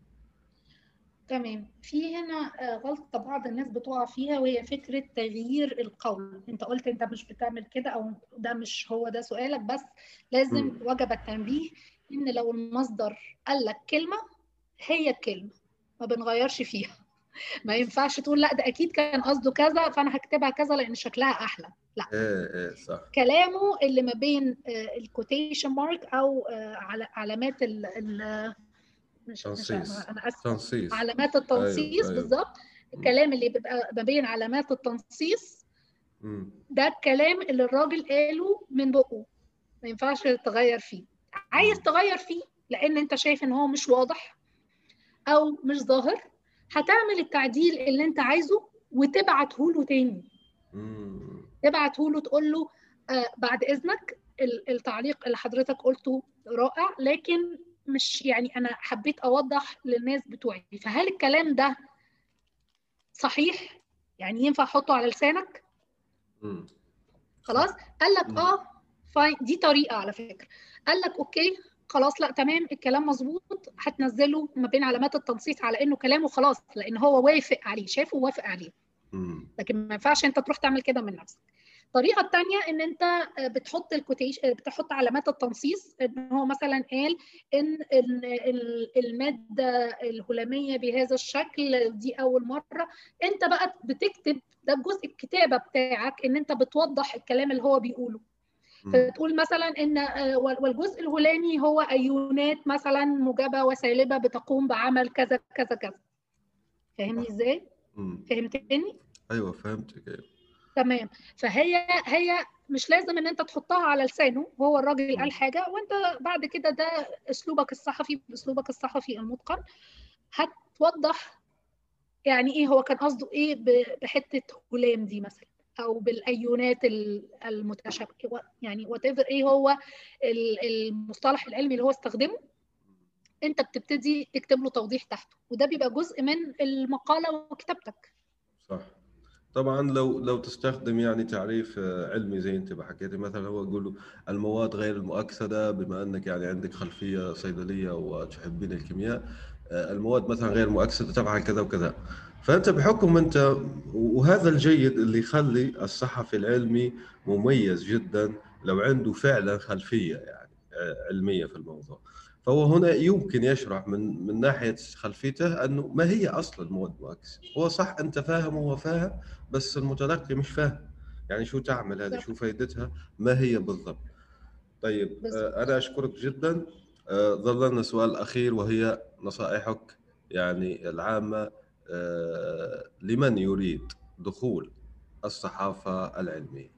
تمام. في هنا غلطة بعض الناس بتقع فيها، وهي فكرة تغيير القول. انت قلت انت مش بتعمل كده، او ده مش هو ده سؤالك، بس لازم م. وجب التنبيه ان لو المصدر قال لك كلمة هي الكلمة، ما بنغيرش فيها. ما ينفعش تقول لا ده اكيد كان قصده كذا فانا هكتبها كذا لان شكلها احلى. لا، ايه ايه صح. كلامه اللي ما بين الكوتيشن مارك او علامات ال ال مش مش انا اسفه تنصيص. علامات التنصيص. أيوة. بالظبط. الكلام اللي بيبقى ما بين علامات التنصيص م. ده الكلام اللي الراجل قاله من بقه، ما ينفعش تغير فيه. عايز م. تغير فيه لان انت شايف ان هو مش واضح او مش ظاهر، هتعمل التعديل اللي انت عايزه وتبعته له تاني. م. تبعته له تقول له آه بعد اذنك التعليق اللي حضرتك قلته رائع، لكن مش يعني أنا حبيت أوضح للناس بتوعي، فهل الكلام ده صحيح؟ يعني ينفع أحطه على لسانك؟ مم. خلاص؟ قال لك آه فاين، دي طريقة على فكرة. قال لك أوكي خلاص، لا تمام الكلام مظبوط، هتنزله ما بين علامات التنصيص على إنه كلامه خلاص، لأن هو وافق عليه، شافه ووافق عليه. مم. لكن ما ينفعش أنت تروح تعمل كده من نفسك. الطريقه الثانيه ان انت بتحط الكوتيش بتحط علامات التنصيص، ان هو مثلا قال ان الماده الهلاميه بهذا الشكل دي اول مره، انت بقى بتكتب ده جزء الكتابه بتاعك، ان انت بتوضح الكلام اللي هو بيقوله. فتقول مثلا ان والجزء الهلامي هو ايونات مثلا موجبه وسالبه بتقوم بعمل كذا كذا كذا. فاهمني ازاي؟ فهمتني؟ ايوه فهمتك. ايوه تمام. فهي هي مش لازم ان انت تحطها على لسانه، وهو الراجل قال حاجه وانت بعد كده ده اسلوبك الصحفي باسلوبك الصحفي المتقن هتوضح يعني ايه هو كان قصده ايه بحته هلام دي مثلا، او بالايونات المتشابكه، يعني وات ايفر ايه هو المصطلح العلمي اللي هو استخدمه، انت بتبتدي تكتب له توضيح تحته، وده بيبقى جزء من المقاله وكتابتك. صح. طبعا لو لو تستخدم يعني تعريف علمي زي انت حكيتي، مثلا هو يقولوا المواد غير المؤكسده، بما انك يعني عندك خلفيه صيدليه وتحبين الكيمياء، المواد مثلا غير مؤكسده تفعل كذا وكذا. فانت بحكم انت، وهذا الجيد اللي يخلي الصحفي العلمي مميز جدا لو عنده فعلا خلفيه يعني علميه في الموضوع. فهو هنا يمكن يشرح من من ناحيه خلفيته انه ما هي اصلا المواد المؤكسده. هو صح انت فاهم وهو فاهم، بس المتلقي مش فاهم يعني شو تعمل هذه، شو فائدتها، ما هي بالضبط. طيب بالزبط. انا اشكرك جدا. ظل لنا سؤال اخير وهي نصائحك يعني العامه لمن يريد دخول الصحافه العلميه.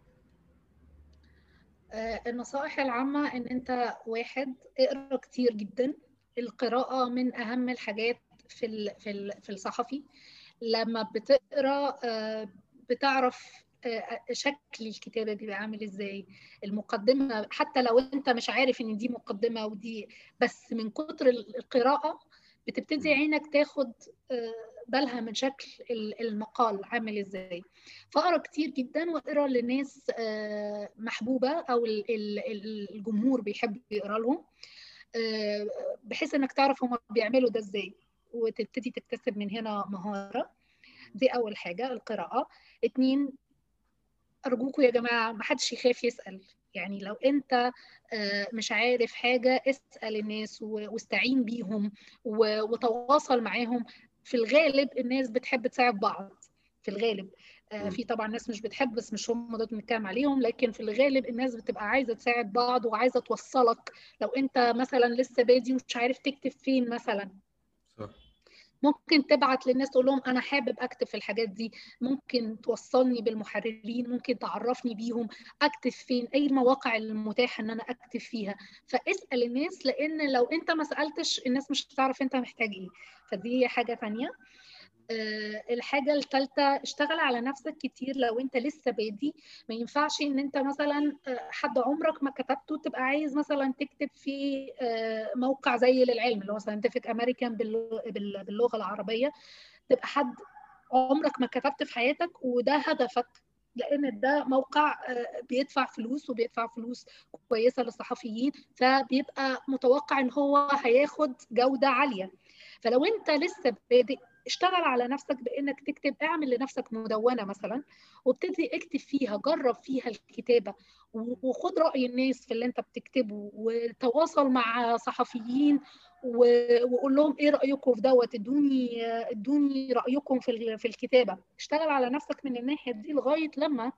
النصائح العامة إن أنت واحد اقرأ كتير جدا. القراءة من أهم الحاجات في في في الصحفي. لما بتقرأ بتعرف شكل الكتابة بيبقى عامل إزاي، المقدمة حتى لو أنت مش عارف إن دي مقدمة ودي، بس من كتر القراءة بتبتدي عينك تاخد بالها من شكل المقال عامل ازاي. فاقرا كتير جدا، واقرا لناس محبوبه او الجمهور بيحب يقرا لهم، بحيث انك تعرف هم بيعملوا ده ازاي وتبتدي تكتسب من هنا مهاره. دي أول حاجة، القراءة. اتنين، أرجوكوا يا جماعة محدش يخاف يسأل. يعني لو أنت مش عارف حاجة اسأل الناس واستعين بيهم وتواصل معاهم. في الغالب الناس بتحب تساعد بعض في الغالب. في طبعا ناس مش بتحب، بس مش هم دول بنتكلم عليهم، لكن في الغالب الناس بتبقى عايزة تساعد بعض وعايزة توصلك. لو أنت مثلا لسه بادي ومش عارف تكتب فين مثلا، صح، ممكن تبعت للناس تقول لهم أنا حابب أكتب في الحاجات دي، ممكن توصلني بالمحررين، ممكن تعرفني بيهم أكتب فين، أي المواقع المتاحة إن أنا أكتب فيها. فاسأل الناس، لأن لو أنت ما سألتش الناس مش هتعرف أنت محتاج إيه. فدي حاجة تانية. أه الحاجة الثالثة، اشتغل على نفسك كتير. لو انت لسه بادي ما ينفعش ان انت مثلا حد عمرك ما كتبته تبقى عايز مثلا تكتب في أه موقع زي للعلم اللي هو ساينتفك امريكان باللغة العربية، تبقى حد عمرك ما كتبت في حياتك وده هدفك، لان ده موقع بيدفع فلوس وبيدفع فلوس كويسة للصحفيين، فبيبقى متوقع ان هو هياخد جودة عالية. فلو انت لسه بادئ اشتغل على نفسك بانك تكتب، اعمل لنفسك مدونة مثلا وابتدي اكتب فيها، جرب فيها الكتابة وخد رأي الناس في اللي انت بتكتبه، وتواصل مع صحفيين وقول لهم ايه رأيكم في دوت، ادوني ادوني رأيكم في في الكتابة. اشتغل على نفسك من الناحية دي لغاية لما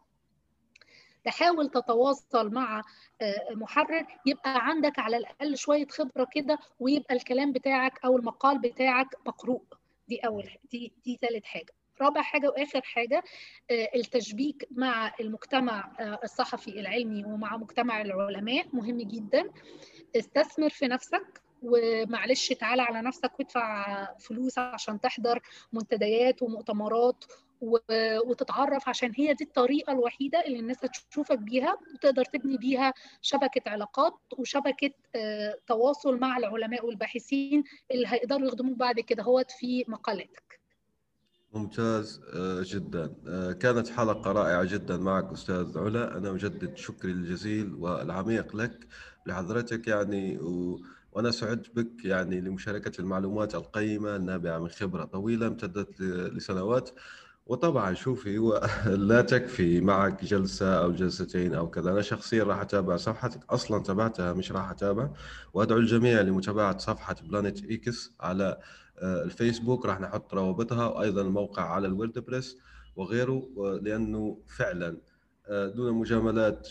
تحاول تتواصل مع محرر يبقى عندك على الأقل شوية خبرة كده، ويبقى الكلام بتاعك أو المقال بتاعك مقروء. دي أول دي دي ثالث حاجة. رابع حاجة وآخر حاجة، التشبيك مع المجتمع الصحفي العلمي ومع مجتمع العلماء مهم جدا. استثمر في نفسك، ومعلش تعالى على نفسك وادفع فلوس عشان تحضر منتديات ومؤتمرات وتتعرف، عشان هي دي الطريقة الوحيدة اللي الناس هتشوفك بيها وتقدر تبني بيها شبكة علاقات وشبكة تواصل مع العلماء والباحثين اللي هيقدروا يخدموك بعد كده هوت في مقالاتك. ممتاز جدا. كانت حلقة رائعة جدا معك أستاذ علا. أنا أجدد شكري الجزيل والعميق لك لحضرتك يعني و... وأنا سعدت بك يعني لمشاركة المعلومات القيمة النابعة من خبرة طويلة امتدت لسنوات. وطبعا شوفي لا تكفي معك جلسة أو جلستين أو كذا. أنا شخصيا راح أتابع صفحتك، أصلا تابعتها مش راح أتابع، وأدعو الجميع لمتابعة صفحة بلانيت إكس على الفيسبوك، راح نحط روابطها، وأيضا الموقع على الوردبريس وغيره، لأنه فعلا دون مجاملات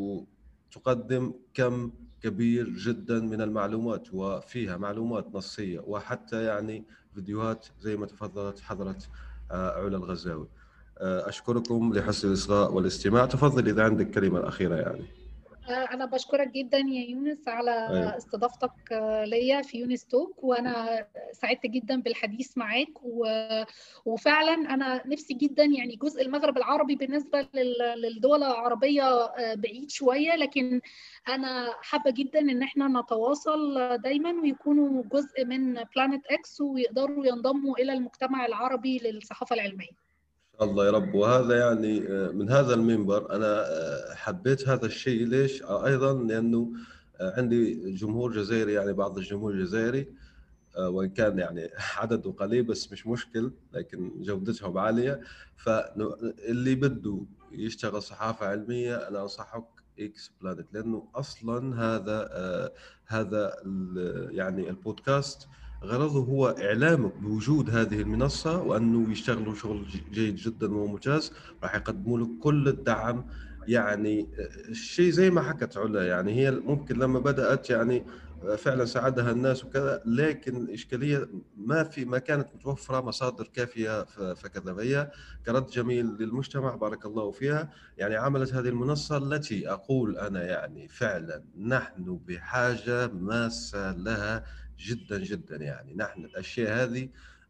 وتقدم كم كبير جدا من المعلومات، وفيها معلومات نصية وحتى يعني فيديوهات زي ما تفضلت حضرة علا الغزاوي. أشكركم لحسن الإصغاء والاستماع. تفضل إذا عندك كلمة الأخيرة يعني. أنا بشكرك جدا يا يونس على أيوة. استضافتك ليا في يونس توك، وأنا سعدت جدا بالحديث معاك و... وفعلا أنا نفسي جدا يعني جزء المغرب العربي بالنسبة للدول العربية بعيد شوية، لكن أنا حابة جدا إن احنا نتواصل دايما ويكونوا جزء من بلانيت إكس ويقدروا ينضموا إلى المجتمع العربي للصحافة العلمية. الله يا رب. وهذا يعني من هذا المنبر أنا حبيت هذا الشيء. ليش؟ أيضا لأنه عندي جمهور جزائري، يعني بعض الجمهور الجزائري، وإن كان يعني عدده قليل بس مش مشكل، لكن جودتهم عالية. فاللي بده يشتغل صحافة علمية أنا أنصحك إكس بلانيت، لأنه أصلا هذا هذا يعني البودكاست غرضه هو إعلامك بوجود هذه المنصة، وأنه يشتغلوا شغل جيد جدا وممتاز، راح يقدموا لك كل الدعم. يعني الشيء زي ما حكت علا، يعني هي ممكن لما بدأت يعني فعلا ساعدها الناس وكذا، لكن الإشكالية ما في ما كانت متوفرة مصادر كافية فكذا. هي كرد جميل للمجتمع بارك الله فيها يعني عملت هذه المنصة التي أقول أنا يعني فعلا نحن بحاجة ماسة لها جدا جدا. يعني نحن الأشياء هذه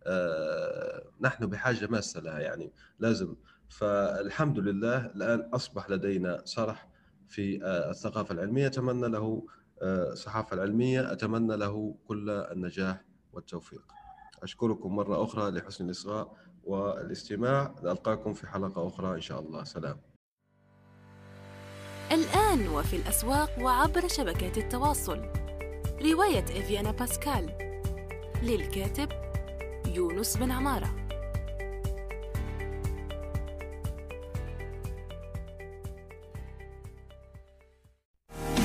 آه نحن بحاجة ماسة لها يعني لازم. فالحمد لله الآن أصبح لدينا صرح في آه الثقافة العلمية. أتمنى له آه الصحافة العلمية، أتمنى له كل النجاح والتوفيق. أشكركم مرة أخرى لحسن الإصغاء والاستماع. نلقاكم في حلقة أخرى إن شاء الله. سلام. الآن وفي الأسواق وعبر شبكات التواصل، رواية إفيانا باسكال للكاتب يونس بن عمارة.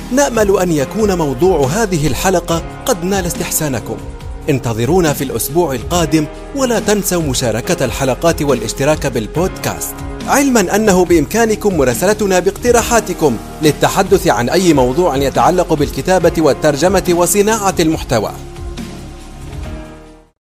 نأمل أن يكون موضوع هذه الحلقة قد نال استحسانكم. انتظرونا في الأسبوع القادم، ولا تنسوا مشاركة الحلقات والاشتراك بالبودكاست، علما أنه بإمكانكم مراسلتنا باقتراحاتكم للتحدث عن أي موضوع يتعلق بالكتابة والترجمة وصناعة المحتوى.